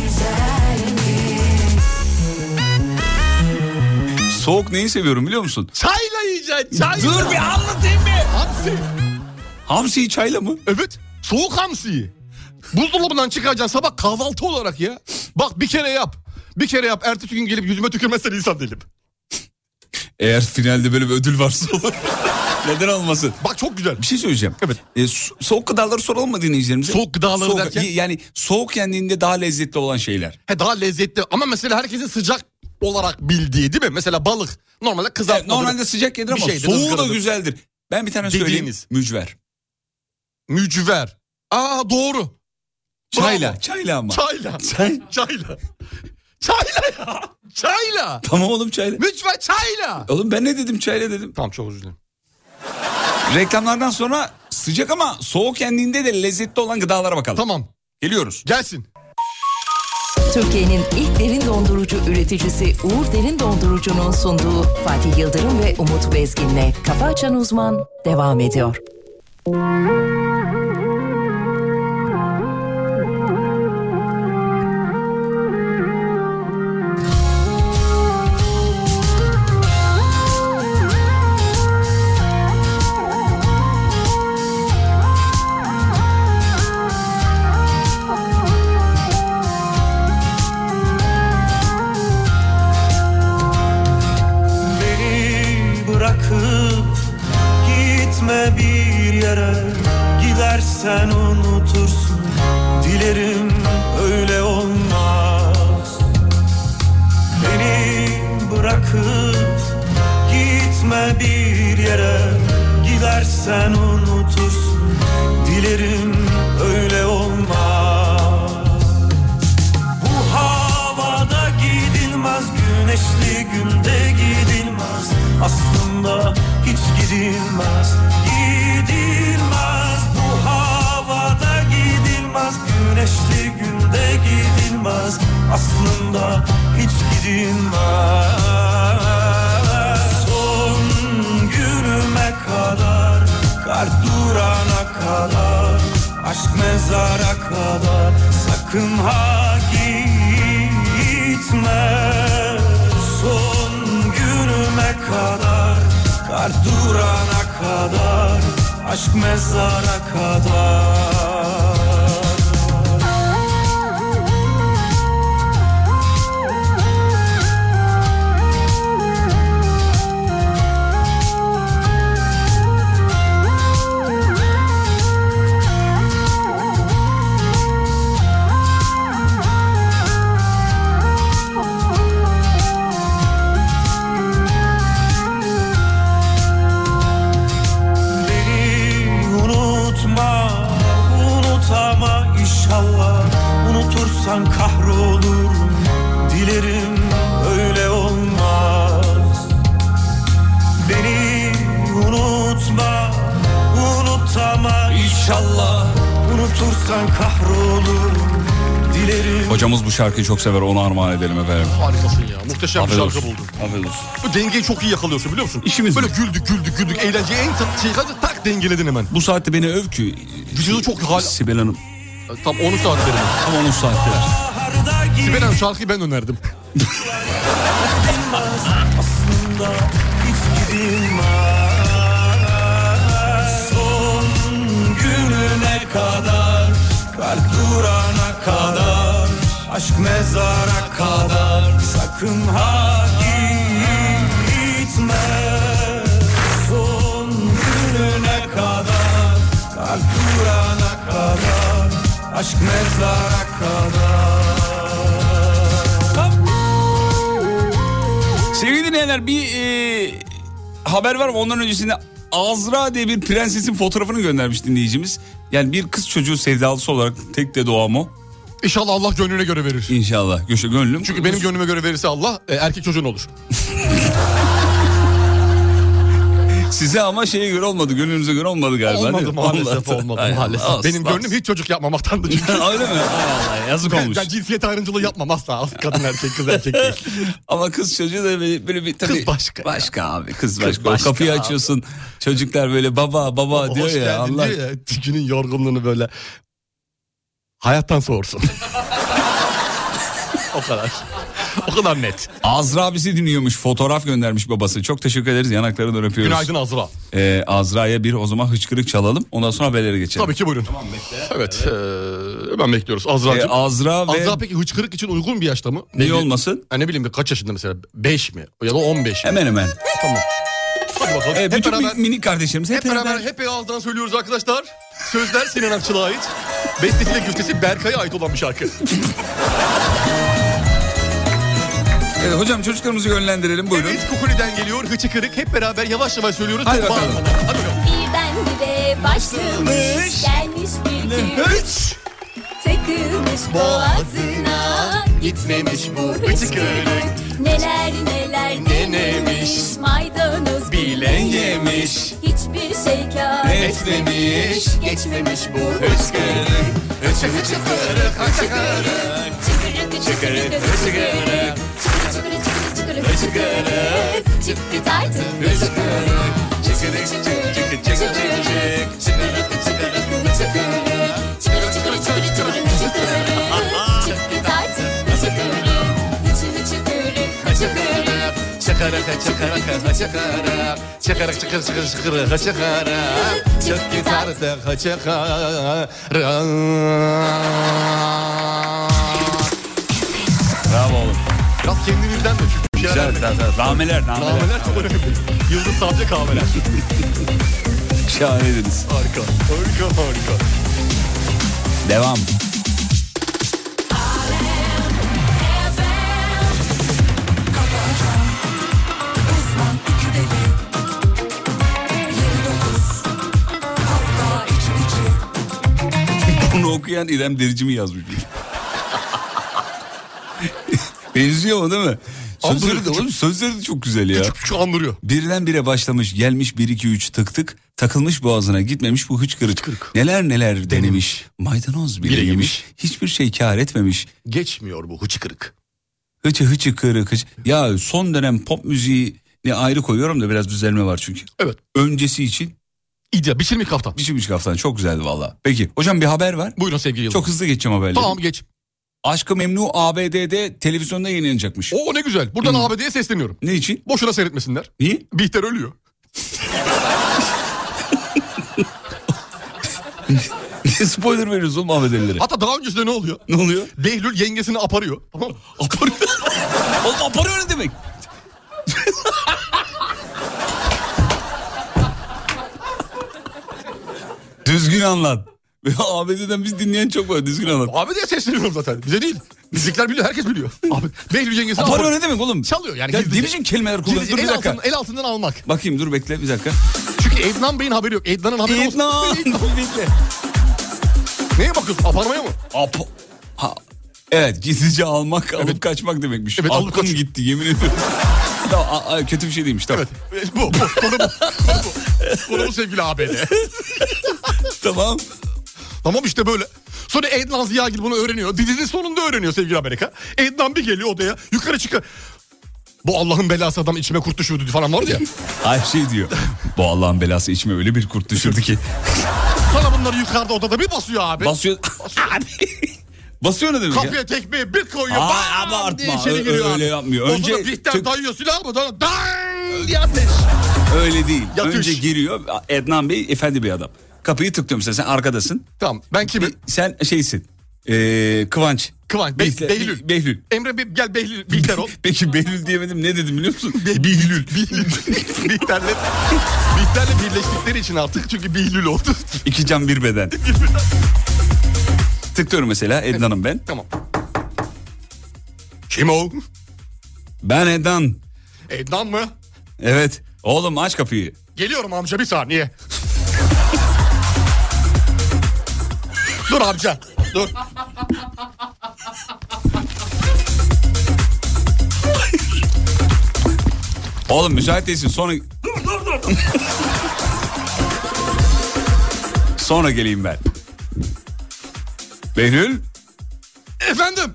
[SPEAKER 4] Soğuk neyi seviyorum biliyor musun?
[SPEAKER 5] Çayla yiyeceksin, çayla.
[SPEAKER 4] Dur bir anlatayım bir.
[SPEAKER 5] Hamsi.
[SPEAKER 4] Hamsiyi çayla mı?
[SPEAKER 5] Evet. Soğuk hamsiyi. Buzdolabından çıkaracaksın sabah kahvaltı olarak ya. Bak bir kere yap. Bir kere yap. Ertesi gün gelip yüzüme tükürmezsen insan değilim.
[SPEAKER 4] Eğer finalde böyle bir ödül varsa olur. Neden olmasın?
[SPEAKER 5] Bak çok güzel.
[SPEAKER 4] Bir şey söyleyeceğim.
[SPEAKER 5] Evet.
[SPEAKER 4] E, so- soğuk gıdaları soralım mı dinleyicilerimize?
[SPEAKER 5] Soğuk gıdaları
[SPEAKER 4] soğuk,
[SPEAKER 5] derken?
[SPEAKER 4] Yani soğuk yendiğinde daha lezzetli olan şeyler.
[SPEAKER 5] He, daha lezzetli ama mesela herkesin sıcak olarak bildiği değil mi? Mesela balık normalde kızartmadır.
[SPEAKER 4] Evet, normalde sıcak yenir ama
[SPEAKER 5] şeydir,
[SPEAKER 4] soğuğu da
[SPEAKER 5] ızgaradır.
[SPEAKER 4] güzeldir. Ben bir tane söyleyeyim.
[SPEAKER 5] Dediğiniz.
[SPEAKER 4] Mücver.
[SPEAKER 5] Mücver. Aa doğru.
[SPEAKER 4] Çayla.
[SPEAKER 5] Bravo.
[SPEAKER 4] Çayla ama.
[SPEAKER 5] Çayla.
[SPEAKER 4] Çay.
[SPEAKER 5] Çayla. Çayla ya. Çayla.
[SPEAKER 4] Tamam oğlum çayla.
[SPEAKER 5] Mücver çayla.
[SPEAKER 4] Oğlum ben ne dedim çayla dedim.
[SPEAKER 5] Tamam çok özür dilerim.
[SPEAKER 4] Reklamlardan sonra sıcak ama soğuk yendiğinde de lezzetli olan gıdalara bakalım.
[SPEAKER 5] Tamam.
[SPEAKER 4] Geliyoruz.
[SPEAKER 5] Gelsin.
[SPEAKER 1] Türkiye'nin ilk derin dondurucu üreticisi Uğur Derin Dondurucu'nun sunduğu Fatih Yıldırım ve Umut Bezgin'le Kafa Açan Uzman devam ediyor.
[SPEAKER 11] Bırakıp gitme bir yere, gidersen unutursun, dilerim öyle olmaz. Beni bırakıp gitme bir yere, gidersen unutursun, dilerim öyle olmaz. Bu havada gidilmez, güneşli günde gidilmez, aslında hiç gidilmez, gidilmez. Bu havada gidilmez, güneşli günde gidilmez, aslında hiç gidilmez. Son günüme kadar, kar durana kadar, aşk mezara kadar, sakın ha gitme. Son günüme kadar, kar durana kadar, aşk mezara kadar. Unutursan kahrolurum, dilerim öyle olmaz. İnşallah unutursan kahrolur dilerim.
[SPEAKER 4] Hocamız bu şarkıyı çok sever, onu armağan edelim efendim.
[SPEAKER 5] Harikasın ya. Muhteşem bir
[SPEAKER 4] Afiyet
[SPEAKER 5] şarkı
[SPEAKER 4] olsun.
[SPEAKER 5] buldun.
[SPEAKER 4] Afiyet olsun.
[SPEAKER 5] Bu dengeyi çok iyi yakalıyorsun biliyor musun?
[SPEAKER 4] İşimiz
[SPEAKER 5] Böyle
[SPEAKER 4] mi?
[SPEAKER 5] güldük güldük güldük. Eğlenceyi en tak, şey, tak dengeledin hemen.
[SPEAKER 4] Bu saatte beni öv ki.
[SPEAKER 5] Vücudu çok hala...
[SPEAKER 4] Sibel Hanım.
[SPEAKER 5] Tam on saatleri.
[SPEAKER 4] Tam on saatleri.
[SPEAKER 5] Sibel Hanım şarkıyı ben önerdim.
[SPEAKER 11] Aslında hiç gidilmez. Son gününe kadar, kalp durana kadar, aşk mezara kadar, sakın ha gitme. Son gününe kadar, kalp durana kadar, aşk mezara kadar.
[SPEAKER 4] Sevgili dinleyenler, bir e, haber var ama ondan öncesinde Azra diye bir prensesin fotoğrafını göndermiş dinleyicimiz. Yani bir kız çocuğu sevdalısı olarak tek de doğam o.
[SPEAKER 5] İnşallah Allah gönlüne göre verir.
[SPEAKER 4] İnşallah. Göşe gönlüm.
[SPEAKER 5] Çünkü benim gönlüme göre verirse Allah e, erkek çocuğun olur.
[SPEAKER 4] Size ama şeye göre olmadı, gönlünüze göre olmadı galiba.
[SPEAKER 5] Olmadı maalesef olmadı, olmadı
[SPEAKER 4] Ay,
[SPEAKER 5] maalesef.
[SPEAKER 4] olsun,
[SPEAKER 5] Benim
[SPEAKER 4] olsun.
[SPEAKER 5] gönlüm hiç çocuk yapmamaktandı çünkü.
[SPEAKER 4] Öyle mi? Ay, ay, yazık
[SPEAKER 5] ben,
[SPEAKER 4] olmuş.
[SPEAKER 5] ben cinsiyet ayrımcılığı yapmam asla. Kadın erkek kız erkek değil.
[SPEAKER 4] Ama kız çocuğu da böyle, böyle bir tabii.
[SPEAKER 5] Kız başka.
[SPEAKER 4] Başka abi, kız
[SPEAKER 5] Kız
[SPEAKER 4] başka.
[SPEAKER 5] başka
[SPEAKER 4] Kapıyı
[SPEAKER 5] abi.
[SPEAKER 4] açıyorsun, çocuklar böyle baba baba
[SPEAKER 5] Hoş
[SPEAKER 4] diyor ya.
[SPEAKER 5] geldin
[SPEAKER 4] Allah.
[SPEAKER 5] diyor ya. Günün yorgunluğunu böyle hayattan soğursun. O kadar. O kadar net.
[SPEAKER 4] Azra abisi dinliyormuş, fotoğraf göndermiş babası. Çok teşekkür ederiz, yanaklarından öpüyoruz.
[SPEAKER 5] Günaydın Azra.
[SPEAKER 4] Ee, Azra'ya bir o zaman hıçkırık çalalım. Ondan sonra haberlere geçelim.
[SPEAKER 5] Tabii ki buyurun. Tamam bekle. Evet. E, hemen bekliyoruz Azra'cığım.
[SPEAKER 4] Ee, Azra ve...
[SPEAKER 5] Azra peki hıçkırık için uygun bir yaşta mı?
[SPEAKER 4] Niye
[SPEAKER 5] Ne-
[SPEAKER 4] olmasın?
[SPEAKER 5] Ha, ne bileyim kaç yaşında mesela? beş mi? Ya da on beş mi?
[SPEAKER 4] Hemen hemen.
[SPEAKER 5] Tamam. Hadi bakalım.
[SPEAKER 4] Ee,
[SPEAKER 5] hep
[SPEAKER 4] bütün
[SPEAKER 5] beraber,
[SPEAKER 4] minik kardeşlerimiz hep,
[SPEAKER 5] hep beraber, hep ağızdan söylüyoruz arkadaşlar. Sözler Sinan Akçıl'a ait. Bestesi ve güftesi Berkay'a ait olan bir şarkı.
[SPEAKER 4] Evet, hocam çocuklarımızı yönlendirelim, buyurun.
[SPEAKER 5] Evet, Kukuli'den geliyor hıçkırık. Hep beraber yavaş yavaş söylüyoruz.
[SPEAKER 4] Hadi
[SPEAKER 5] Çok
[SPEAKER 4] bakalım.
[SPEAKER 5] bağırmadan. Hadi bakalım.
[SPEAKER 2] Birdenbire başlamış, gelmiş bir gün. Takılmış boğazına, gitmemiş bu hıçkırık. Neler neler denemiş, maydanoz bile yemiş. Hiçbir şey kâr etmemiş, geçmemiş bu hıçkırık. Hıçı hıçı kırık, hıçı kırık. Çıkırık, çıkırık, hıçkırık. Çıkırık, çıkırık, çıkırık, hıçkırık. Çıktı tartı hıçkırık. Çıkırık, çıkırık, çıkırık, çıkırık. Çıkırık, çıkırık, hıçkırık. Çıkırık, çıkırık, çıkırık, çıkırık, hıçkırık. Çıktı tartı hıçkırık. Hıçı hıçı kırık, hıçkırık.
[SPEAKER 5] Çıkarık, çıkarık, çıkarık. Çıkarık, çıkarık, çıkarık, çıkarık, çıkarık. Çık gitarı, çıkarık.
[SPEAKER 4] Bravo oğlum.
[SPEAKER 5] Biraz kendimizden de çünkü. bir şeyler
[SPEAKER 4] Güzel,
[SPEAKER 5] vermek
[SPEAKER 4] güzel,
[SPEAKER 5] lazım.
[SPEAKER 4] güzel. Nameler, nameler.
[SPEAKER 5] Nameler çok önemli. Yıldız Savcı kahveler.
[SPEAKER 4] Şahaneydiniz.
[SPEAKER 5] Harika, harika, harika.
[SPEAKER 4] Devam. Bunu okuyan İrem Derici mi yazmış? Benziyor mu değil mi? Sözleri de, oğlum, sözleri de çok güzel ya.
[SPEAKER 5] Küçük küçük andırıyor.
[SPEAKER 4] Birdenbire başlamış, gelmiş bir iki üç tık tık, takılmış boğazına, gitmemiş bu hıçkırık.
[SPEAKER 5] Hıçkırık.
[SPEAKER 4] Neler neler denemiş, maydanoz bile
[SPEAKER 5] Bile
[SPEAKER 4] yemiş,
[SPEAKER 5] yemiş.
[SPEAKER 4] hiçbir şey kâr etmemiş.
[SPEAKER 5] Geçmiyor bu hıçkırık.
[SPEAKER 4] Hıçı hıçı kırık hıçı. Ya son dönem pop müziğini ayrı koyuyorum da biraz düzelme var çünkü.
[SPEAKER 5] Evet.
[SPEAKER 4] Öncesi için
[SPEAKER 5] İdeal, biçilmiş kaftan.
[SPEAKER 4] biçilmiş kaftan çok güzeldi valla. Peki hocam bir haber var.
[SPEAKER 5] Buyurun sevgili Yıldız.
[SPEAKER 4] Çok hızlı geçeceğim haberleri.
[SPEAKER 5] Tamam geç.
[SPEAKER 4] Aşk-ı Memnu A B D'de televizyonda yayınlanacakmış.
[SPEAKER 5] Oo ne güzel. Buradan
[SPEAKER 4] Hmm.
[SPEAKER 5] A B D'ye sesleniyorum.
[SPEAKER 4] Ne için?
[SPEAKER 5] Boşuna seyretmesinler.
[SPEAKER 4] Niye?
[SPEAKER 5] Bihter ölüyor.
[SPEAKER 4] Niye spoiler veriyoruz oğlum A B D'lilere?
[SPEAKER 5] Hatta daha öncesinde ne oluyor?
[SPEAKER 4] Ne oluyor?
[SPEAKER 5] Behlül yengesini aparıyor. Tamam mı?
[SPEAKER 4] Aparıyor. Oğlum aparıyor ne demek? Düzgün anlat. Ve A B D'den biz dinleyen çok var, düzgün anlat.
[SPEAKER 5] A B D'ye sesleniyorum zaten. Bize değil. Bizlikler biliyor, herkes biliyor. Abi, Behlül yengesini
[SPEAKER 4] Aparıyor
[SPEAKER 5] aparıyor.
[SPEAKER 4] ne demek oğlum?
[SPEAKER 5] Çalıyor yani.
[SPEAKER 4] Ya
[SPEAKER 5] gizlice.
[SPEAKER 4] ne biçim kelimeler kullanıyor?
[SPEAKER 5] Gizlice,
[SPEAKER 4] Dur bir
[SPEAKER 5] el,
[SPEAKER 4] dakika.
[SPEAKER 5] altından, el altından almak.
[SPEAKER 4] Bakayım dur bekle bir dakika.
[SPEAKER 5] Çünkü Ednan Bey'in haberi yok. Ednan'ın haberi olsun.
[SPEAKER 4] İdnan. Bekle.
[SPEAKER 5] Neye bakıyorsun? Aparmaya mı?
[SPEAKER 4] Ap ha. Evet, gizlice almak, alıp kaçmak demekmiş.
[SPEAKER 5] Evet, alıp
[SPEAKER 4] Aklım
[SPEAKER 5] kaç-
[SPEAKER 4] gitti yemin ediyorum. Tamam, a- a- kötü bir şey değilmiş tamam.
[SPEAKER 5] Evet. Bu, bu. Konu bu. Konu bu. Konu bu sevgili A B D.
[SPEAKER 4] Tamam.
[SPEAKER 5] Tamam işte böyle. Sonra Ednan Ziyagil bunu öğreniyor. Dizinin sonunda öğreniyor sevgili Amerika. Ednan bir geliyor odaya, yukarı çıkıyor. Bu Allah'ın belası adam içime kurt düşürdü falan vardı ya.
[SPEAKER 4] Ay şey diyor. Bu Allah'ın belası içime öyle bir kurt düşürdü ki.
[SPEAKER 5] Sonra bunları yukarıda odada bir basıyor abi.
[SPEAKER 4] Basıyor. Basıyor ne demek ya?
[SPEAKER 5] Kapıya tekmeyi bir koyuyor.
[SPEAKER 4] Aa,
[SPEAKER 5] bam
[SPEAKER 4] abartma.
[SPEAKER 5] diye içeri giriyor
[SPEAKER 4] Öyle
[SPEAKER 5] abi.
[SPEAKER 4] yapmıyor.
[SPEAKER 5] O
[SPEAKER 4] Önce
[SPEAKER 5] sonra Bihter
[SPEAKER 4] tık-
[SPEAKER 5] dayıyor silahı mı? Sonra dang diye ateş.
[SPEAKER 4] Öyle değil.
[SPEAKER 5] Yatış.
[SPEAKER 4] Önce giriyor. Ednan Bey efendi bir adam. Kapıyı tıklıyor mesela, sen arkadasın.
[SPEAKER 5] Tamam, ben kimim?
[SPEAKER 4] Sen şeysin. Ee, Kıvanç.
[SPEAKER 5] Kıvanç. Be-
[SPEAKER 4] Bihter-
[SPEAKER 5] Behlül.
[SPEAKER 4] Behlül.
[SPEAKER 5] Emre bir gel Behlül. Bihter ol.
[SPEAKER 4] Peki Behlül diyemedim, ne dedim biliyor musun?
[SPEAKER 5] Be-
[SPEAKER 4] Bihlül.
[SPEAKER 5] Bihlül. Bihter'le, Bihter'le birleştikleri için artık çünkü Bihlül oldu.
[SPEAKER 4] İki can bir beden. Tıklıyorum mesela, Ednan'ım ben.
[SPEAKER 5] Tamam. Kim o?
[SPEAKER 4] Ben Ednan.
[SPEAKER 5] Ednan mı?
[SPEAKER 4] Evet. Oğlum aç kapıyı.
[SPEAKER 5] Geliyorum amca bir saniye. Dur amca. Dur.
[SPEAKER 4] Oğlum müsait değilsin, sonra...
[SPEAKER 5] Dur dur dur.
[SPEAKER 4] Sonra geleyim ben. Behlül.
[SPEAKER 5] Efendim.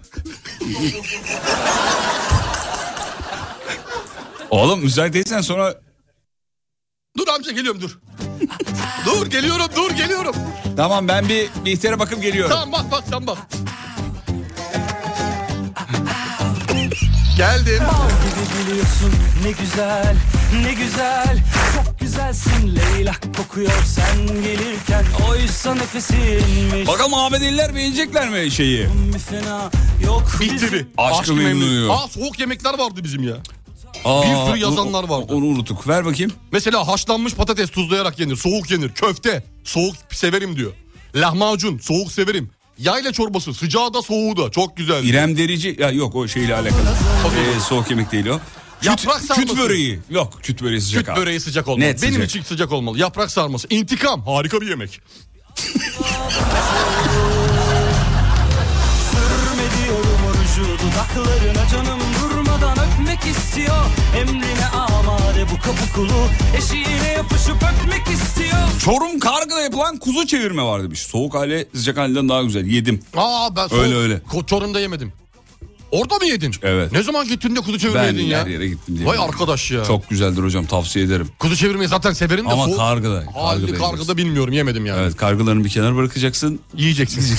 [SPEAKER 4] Oğlum müsait değilsen sonra...
[SPEAKER 5] Dur amca geliyorum dur. Dur geliyorum dur geliyorum.
[SPEAKER 4] Tamam, ben bir Bihter'e bakıp geliyorum.
[SPEAKER 5] Tamam bak bak sen bak. Geldim.
[SPEAKER 11] Bal gibi gülüyorsun ne güzel ne güzel. Çok güzelsin Leyla kokuyor sen gelirken. Oysa nefesinmiş.
[SPEAKER 4] Bakalım Ahmeteliler beğenecekler mi şeyi?
[SPEAKER 11] Bir fena yok
[SPEAKER 5] Bitti mi?
[SPEAKER 4] Aşkı Memnu'yu.
[SPEAKER 5] Aa soğuk yemekler vardı bizim ya.
[SPEAKER 4] Aa,
[SPEAKER 5] Bir sürü yazanlar vardı.
[SPEAKER 4] Onu unuttuk. Ver bakayım.
[SPEAKER 5] Mesela haşlanmış patates tuzlayarak yenir. Soğuk yenir. Köfte. Soğuk severim diyor. Lahmacun. Soğuk severim. Yayla çorbası. Sıcağı da soğuğu da. Çok güzel.
[SPEAKER 4] İrem Derici. Ya yok, o şeyle alakalı. Ee, soğuk yemek değil o.
[SPEAKER 5] Yaprak
[SPEAKER 4] küt,
[SPEAKER 5] sarması.
[SPEAKER 4] küt böreği. Yok, küt böreği sıcak
[SPEAKER 5] Küt
[SPEAKER 4] abi.
[SPEAKER 5] böreği sıcak olmalı.
[SPEAKER 4] Net
[SPEAKER 5] Benim
[SPEAKER 4] sıcak.
[SPEAKER 5] için sıcak olmalı. Yaprak sarması. İntikam. Harika bir yemek.
[SPEAKER 11] Sürmediyorum orucu dudaklarına canım durmadan öpmek istiyor. Emrine amade bu kabuklu eşiğine yapışıp öpmek istiyor.
[SPEAKER 4] Çorum Kargı'da yapılan kuzu çevirme var demiş. Soğuk hali sıcak halinden daha güzel. Yedim.
[SPEAKER 5] Aa ben soğuk,
[SPEAKER 4] Öyle öyle.
[SPEAKER 5] Ko- Çorum'da yemedim. Orada mı yedin?
[SPEAKER 4] Evet.
[SPEAKER 5] Ne zaman gittin de kuzu çevirme
[SPEAKER 4] Ben
[SPEAKER 5] yedin ya?
[SPEAKER 4] her yere gittim diye.
[SPEAKER 5] Vay arkadaş ya.
[SPEAKER 4] Çok güzeldir hocam, tavsiye ederim.
[SPEAKER 5] Kuzu çevirmeyi zaten severim de
[SPEAKER 4] Ama
[SPEAKER 5] soğuk.
[SPEAKER 4] Kargı'da.
[SPEAKER 5] Halde
[SPEAKER 4] Kargı'da,
[SPEAKER 5] kargıda
[SPEAKER 4] yiyeceksin.
[SPEAKER 5] bilmiyorum yemedim yani.
[SPEAKER 4] Evet, kargılarını bir kenara bırakacaksın.
[SPEAKER 5] Yiyeceksin.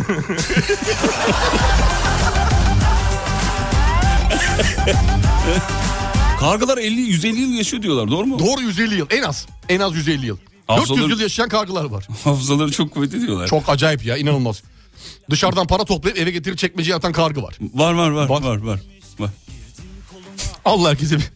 [SPEAKER 4] Kargılar elli yüz elli yıl yaşıyor diyorlar, doğru mu?
[SPEAKER 5] Doğru, yüz elli yıl en az. En az yüz elli yıl.
[SPEAKER 4] Hafızaları-
[SPEAKER 5] dört yüz yıl yaşayan kargılar var.
[SPEAKER 4] Hafızaları çok kuvvetli diyorlar.
[SPEAKER 5] Çok acayip ya, inanılmaz. Dışarıdan para toplayıp eve getirip çekmeceye atan kargı var.
[SPEAKER 4] Var var var
[SPEAKER 5] Var.
[SPEAKER 4] var var. var.
[SPEAKER 5] Allah herkese bir...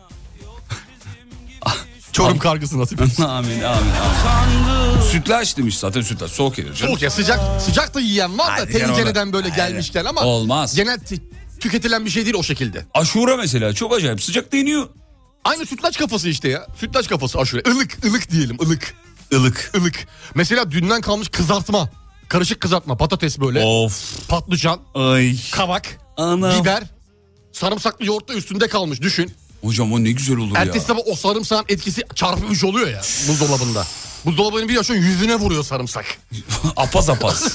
[SPEAKER 5] Çorum kargısı nasip etsin.
[SPEAKER 4] Amin amin amin. Sütlaç demiş, zaten sütlaç soğuk yenir. canım.
[SPEAKER 5] Soğuk ya, sıcak sıcak da yiyen var da
[SPEAKER 4] Hadi canım,
[SPEAKER 5] tencereden böyle
[SPEAKER 4] Hadi.
[SPEAKER 5] gelmişken ama
[SPEAKER 4] Olmaz.
[SPEAKER 5] genel t- tüketilen bir şey değil o şekilde.
[SPEAKER 4] Aşure mesela çok acayip sıcak deniyor.
[SPEAKER 5] Aynı sütlaç kafası işte ya. Sütlaç kafası aşure. Ilık, ılık diyelim, ılık.
[SPEAKER 4] Ilık.
[SPEAKER 5] Ilık. Mesela dünden kalmış kızartma. Karışık kızartma, patates böyle.
[SPEAKER 4] Of.
[SPEAKER 5] Patlıcan,
[SPEAKER 4] Ay.
[SPEAKER 5] kabak,
[SPEAKER 4] Ana.
[SPEAKER 5] biber. Sarımsaklı yoğurt da üstünde kalmış, düşün.
[SPEAKER 4] Hocam o ne güzel olur
[SPEAKER 5] Ertesi
[SPEAKER 4] ya.
[SPEAKER 5] sabah o sarımsağın etkisi çarpı üç oluyor ya buzdolabında. Buzdolabının bir yaşın yüzüne vuruyor sarımsak.
[SPEAKER 4] Apaz apaz.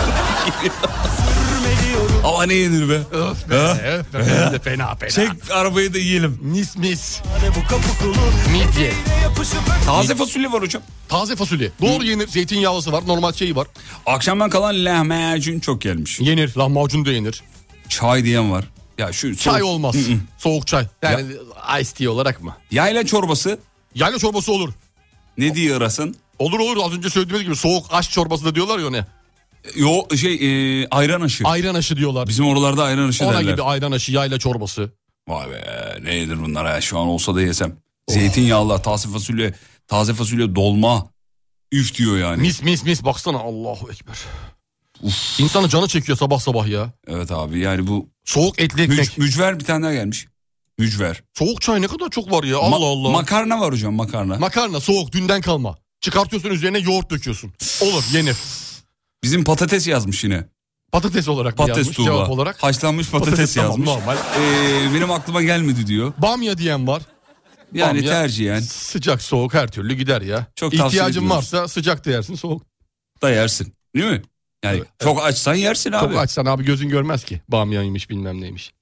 [SPEAKER 4] Ama ne yenir be.
[SPEAKER 5] Öf be, öf be, öf be, fena fena.
[SPEAKER 4] Çek arabayı da yiyelim.
[SPEAKER 5] Mis mis.
[SPEAKER 11] Bu kabuklu
[SPEAKER 5] Midye.
[SPEAKER 11] yapışıp öpmek.
[SPEAKER 4] Taze fasulye var hocam.
[SPEAKER 5] Taze fasulye. Doğru yenir. Zeytinyağlısı var. Normal şeyi var.
[SPEAKER 4] Akşamdan kalan lahmacun çok gelmiş.
[SPEAKER 5] Yenir. Lahmacun da yenir.
[SPEAKER 4] Çay diyen var. Ya şu
[SPEAKER 5] Çay
[SPEAKER 4] soğuk-
[SPEAKER 5] olmaz.
[SPEAKER 4] Hı hı.
[SPEAKER 5] Soğuk çay. Yani ice tea olarak mı?
[SPEAKER 4] Yayla çorbası.
[SPEAKER 5] Yayla çorbası olur.
[SPEAKER 4] Ne diye arasın?
[SPEAKER 5] Olur olur. Az önce söylediğimiz gibi soğuk aş çorbası da diyorlar ya o ne?
[SPEAKER 4] Yo şey e, ayran aşı.
[SPEAKER 5] Ayran aşı diyorlar.
[SPEAKER 4] Bizim oralarda ayran aşı
[SPEAKER 5] Ona
[SPEAKER 4] derler.
[SPEAKER 5] gibi ayran aşı, yayla çorbası.
[SPEAKER 4] Vay be, ne yedir bunlar ha, şu an olsa da yesem. Zeytinyağlı, taze fasulye, taze fasulye dolma. Üf diyor yani.
[SPEAKER 5] Mis mis mis, baksana, Allahu Ekber. İnsanın canı çekiyor sabah sabah ya.
[SPEAKER 4] Evet abi, yani bu
[SPEAKER 5] Soğuk etli ekmek.
[SPEAKER 4] müc- mücver bir tane daha gelmiş. Mücver.
[SPEAKER 5] Soğuk çay ne kadar çok var ya, Allah
[SPEAKER 4] Ma-
[SPEAKER 5] Allah.
[SPEAKER 4] Makarna var hocam, makarna.
[SPEAKER 5] Makarna soğuk, dünden kalma. Çıkartıyorsun, üzerine yoğurt döküyorsun. Olur, yenir.
[SPEAKER 4] Bizim patates yazmış yine.
[SPEAKER 5] Patates olarak mı
[SPEAKER 4] Patates
[SPEAKER 5] yazmış
[SPEAKER 4] tuğba.
[SPEAKER 5] cevap olarak?
[SPEAKER 4] Haşlanmış patates,
[SPEAKER 5] Patates, tamam,
[SPEAKER 4] yazmış.
[SPEAKER 5] normal.
[SPEAKER 4] Ee, benim aklıma gelmedi diyor.
[SPEAKER 5] Bamya diyen var.
[SPEAKER 4] Yani
[SPEAKER 5] Bamya,
[SPEAKER 4] tercihen.
[SPEAKER 5] Sıcak soğuk her türlü gider ya.
[SPEAKER 4] Çok tavsiye
[SPEAKER 5] İhtiyacın
[SPEAKER 4] ediyoruz.
[SPEAKER 5] varsa sıcak da yersin, soğuk.
[SPEAKER 4] da yersin. Değil mi? Yani evet, çok evet. açsan yersin abi.
[SPEAKER 5] Çok açsan abi gözün görmez ki. Bamyaymış bilmem neymiş.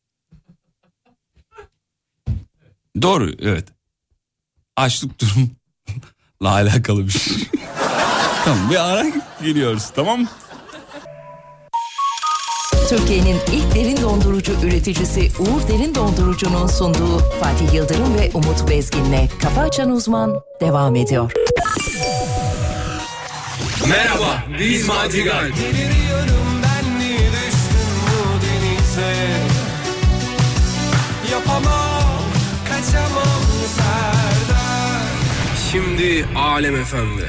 [SPEAKER 4] Doğru, evet. Açlık durumla alakalı bir şey. Tamam, bir ara geliyoruz, tamam mı?
[SPEAKER 1] Türkiye'nin ilk derin dondurucu üreticisi Uğur Derin Dondurucu'nun sunduğu Fatih Yıldırım ve Umut Bezgin'le Kafa Açan Uzman devam ediyor.
[SPEAKER 12] Merhaba, biz Macigal. Deliriyorum ben mi düştüm bu denize? Yapamam, kaçamam Serdar. Şimdi Alem F M'de.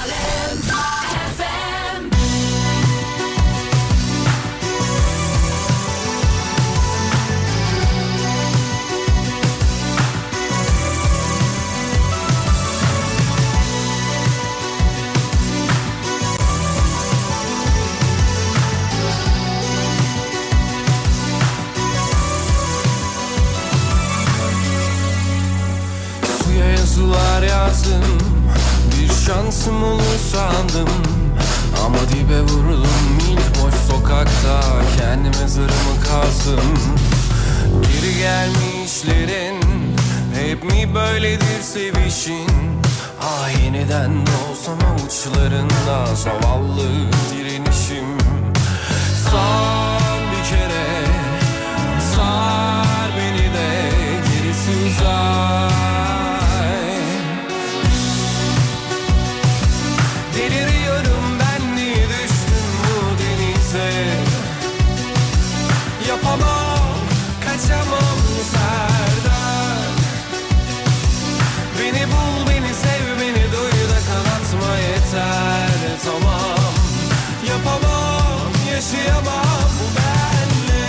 [SPEAKER 12] Yazılar yazdım, bir şansım olur sandım, ama dibe vuruldum ilk boş sokakta, kendime zırhımı kazdım. Geri gelmişlerin hep mi böyledir sevişin? Ah yeniden doğsam avuçlarında zavallı direnişim. Sar bir kere, sar beni de gerisi uzak. Yapamam, kaçamam Serdar. Beni bul, beni sev, beni duy da kanatma yeter. Tamam, yapamam, yaşayamam bu benle.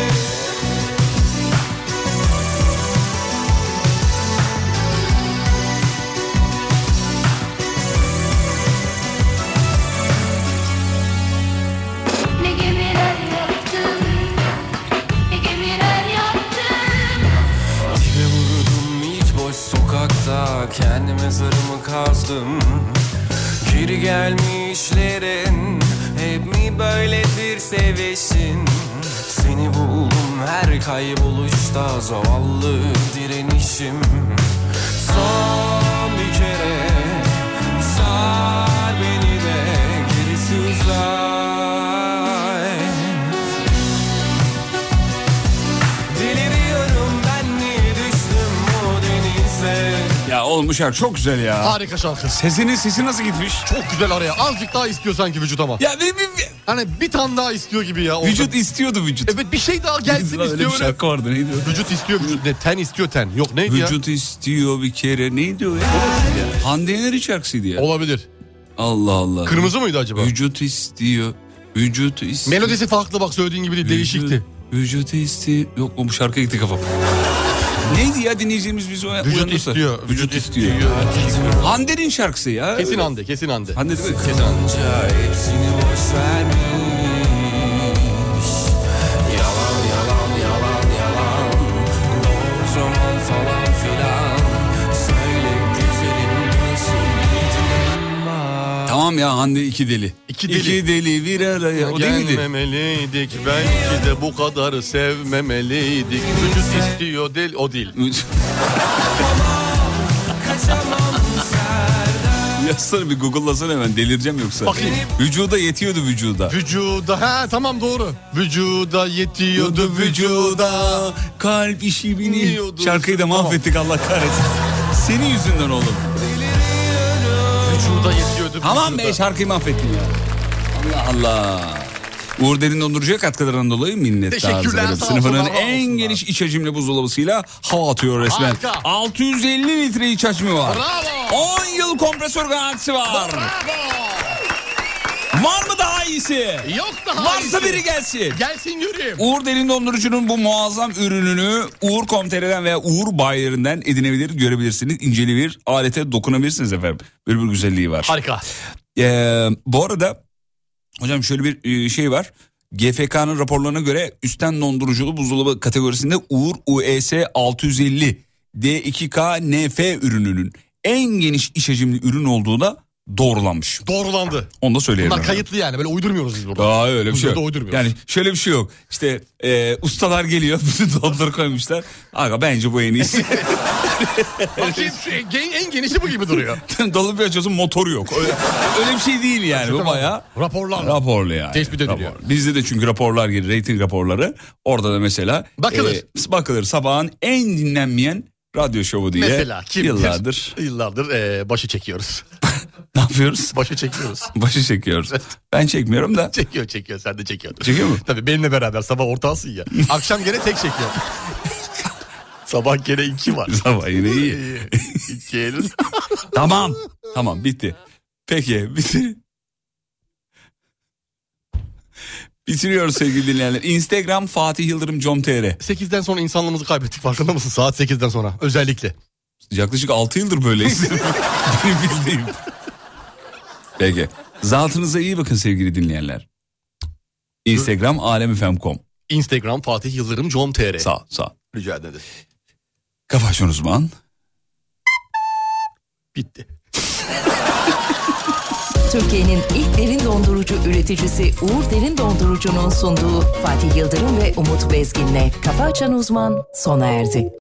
[SPEAKER 2] Ne gemiler yaptım, ne gemiler yaptım.
[SPEAKER 12] Dibe vurdum hiç boş sokakta, kendime zırhımı kazdım. Geri gelmişlerin hep mi böyledir sevişin? Seni buldum her kayboluşta, zavallı direnişim. Son bir kere sar beni de gerisi uzak.
[SPEAKER 4] Ya olmuş şarkı çok güzel ya.
[SPEAKER 5] Harika şarkı.
[SPEAKER 4] Sesinin sesi nasıl gitmiş?
[SPEAKER 5] Çok güzel araya. Azıcık daha istiyor sanki vücut ama.
[SPEAKER 4] Ya bir, bir, bir...
[SPEAKER 5] Hani bir tane daha istiyor gibi ya.
[SPEAKER 4] Vücut
[SPEAKER 5] orada.
[SPEAKER 4] istiyordu vücut.
[SPEAKER 5] Evet bir şey daha gelsin istiyor.
[SPEAKER 4] Öyle bir şarkı vardı, neydi o?
[SPEAKER 5] Vücut istiyor vücut. Ne, ten istiyor ten. Yok neydi
[SPEAKER 4] vücut
[SPEAKER 5] ya?
[SPEAKER 4] Vücut istiyor bir kere. Neydi o ya? Hande Yener'in şarkısıydı ya.
[SPEAKER 5] Olabilir.
[SPEAKER 4] Allah Allah.
[SPEAKER 5] Kırmızı mıydı acaba?
[SPEAKER 4] Vücut istiyor. Vücut istiyor.
[SPEAKER 5] Melodisi farklı bak, söylediğin gibi değil.
[SPEAKER 4] Vücut,
[SPEAKER 5] değişikti.
[SPEAKER 4] Vücut istiyor. Yok o bu şarkı gitti kafam. Neydi ya dinleyeceğimiz biz o
[SPEAKER 5] Vücut
[SPEAKER 4] uyanırsa.
[SPEAKER 5] istiyor.
[SPEAKER 4] Vücut,
[SPEAKER 5] Vücut
[SPEAKER 4] istiyor.
[SPEAKER 5] istiyor.
[SPEAKER 4] Hande'nin şarkısı ya.
[SPEAKER 5] Kesin Hande, kesin Hande.
[SPEAKER 4] Hande değil mi?
[SPEAKER 5] Kesin Hande.
[SPEAKER 12] Hepsini boş vermiş. Yalan yalan yalan yalan. Doğru zaman falan filan. Söyle güzelim nasıl bildin var.
[SPEAKER 4] Tamam ya Hande iki deli.
[SPEAKER 5] İki deli.
[SPEAKER 4] İki deli bir araya. O değil miydi?
[SPEAKER 5] Gelmemeliydik. Belki de bu kadar sevmemeliydik. Vücut istiyor del o değil.
[SPEAKER 4] Yazsana bir Google'lasana hemen, delireceğim yoksa.
[SPEAKER 5] Bakayım.
[SPEAKER 4] Vücuda yetiyordu vücuda.
[SPEAKER 5] Vücuda ha tamam doğru. Vücuda yetiyordu vücuda.
[SPEAKER 4] Kalp işi biniyordu. Şarkıyı da
[SPEAKER 5] Tamam.
[SPEAKER 4] mahvettik Allah kahretsin. Senin yüzünden oğlum.
[SPEAKER 5] Vücuda yetiyordu.
[SPEAKER 4] Tamam
[SPEAKER 5] vücuda.
[SPEAKER 4] be, şarkıyı mahvettin ya. Allah Allah. Uğur Derin Dondurucu'ya katkılarından dolayı minnettarız.
[SPEAKER 5] Teşekkürler, sağ olsun,
[SPEAKER 4] Sınıfının
[SPEAKER 5] Allah
[SPEAKER 4] en
[SPEAKER 5] olsunlar.
[SPEAKER 4] geniş iç hacimli buzdolabısıyla hava atıyor resmen.
[SPEAKER 5] Harika.
[SPEAKER 4] altı yüz elli litre iç hacmi var.
[SPEAKER 5] Bravo.
[SPEAKER 4] on yıl kompresör garantisi var.
[SPEAKER 5] Bravo.
[SPEAKER 4] Var mı daha iyisi?
[SPEAKER 5] Yok daha
[SPEAKER 4] Varsa
[SPEAKER 5] iyisi.
[SPEAKER 4] biri gelsin.
[SPEAKER 5] Gelsin yürüyeyim.
[SPEAKER 4] Uğur Derin Dondurucu'nun bu muazzam ürününü Uğur nokta com nokta tr'den veya Uğur bayilerinden edinebilir, görebilirsiniz. İnceli bir alete dokunabilirsiniz efendim. Böyle bir güzelliği var.
[SPEAKER 5] Harika.
[SPEAKER 4] Ee, bu arada hocam şöyle bir şey var. G F K'nın raporlarına göre üstten donduruculu buzdolabı kategorisinde Uğur U E S altı yüz elli D iki K N F ürününün en geniş iç hacimli ürün olduğu da doğrulanmış.
[SPEAKER 5] Doğrulandı.
[SPEAKER 4] Onu da söyleyelim.
[SPEAKER 5] Bunlar
[SPEAKER 4] yani.
[SPEAKER 5] kayıtlı yani, böyle uydurmuyoruz biz burada.
[SPEAKER 4] Aa, öyle bir şey
[SPEAKER 5] Burada
[SPEAKER 4] yok.
[SPEAKER 5] uydurmuyoruz.
[SPEAKER 4] Yani şöyle bir şey yok. İşte e, ustalar geliyor, bütün dolapları koymuşlar. Aga bence bu en iyisi.
[SPEAKER 5] Bakayım şu en, en genişi bu gibi duruyor.
[SPEAKER 4] Dolabı bir açıyorsun, motoru yok. Öyle, öyle bir şey değil yani. Bu
[SPEAKER 5] Tamam.
[SPEAKER 4] bayağı
[SPEAKER 5] Raporlar.
[SPEAKER 4] raporlu yani.
[SPEAKER 5] Tespit ediliyor.
[SPEAKER 4] Rapor. Bizde de çünkü raporlar gelir, rating raporları. Orada da mesela
[SPEAKER 5] Bakılır.
[SPEAKER 4] e, bakılır sabahın en dinlenmeyen radyo şovu diye.
[SPEAKER 5] Mesela kimdir?
[SPEAKER 4] Yıllardır.
[SPEAKER 5] Yıllardır e, başı çekiyoruz.
[SPEAKER 4] Ne yapıyoruz?
[SPEAKER 5] Başı çekiyoruz.
[SPEAKER 4] Başı çekiyoruz. Ben çekmiyorum da.
[SPEAKER 5] Çekiyor çekiyor, sen de çekiyorsun.
[SPEAKER 4] Çekiyor mu?
[SPEAKER 5] Tabii benimle beraber sabah ortağısın ya. Akşam gene tek çekiyor. Sabah gene iki var.
[SPEAKER 4] Sabah yine iyi.
[SPEAKER 5] İki elin.
[SPEAKER 4] Tamam. Tamam bitti. Peki bitti. Bitiriyoruz sevgili dinleyenler. Instagram Fatih Yıldırım com nokta tr.
[SPEAKER 5] sekizden sonra insanlığımızı kaybettik, farkında mısın? Saat sekizden sonra özellikle.
[SPEAKER 4] Yaklaşık altı yıldır böyleyiz. Benim bildiğim. Peki. Zatınıza iyi bakın sevgili dinleyenler. Instagram alemfm nokta com.
[SPEAKER 5] Instagram Fatih Yıldırım com nokta tr.
[SPEAKER 4] Sağ sağ.
[SPEAKER 5] Rica ederim.
[SPEAKER 4] Kafa Açan Uzman.
[SPEAKER 5] Bitti.
[SPEAKER 1] Türkiye'nin ilk derin dondurucu üreticisi Uğur Derin Dondurucu'nun sunduğu Fatih Yıldırım ve Umut Bezgin'le Kafa Açan Uzman sona erdi.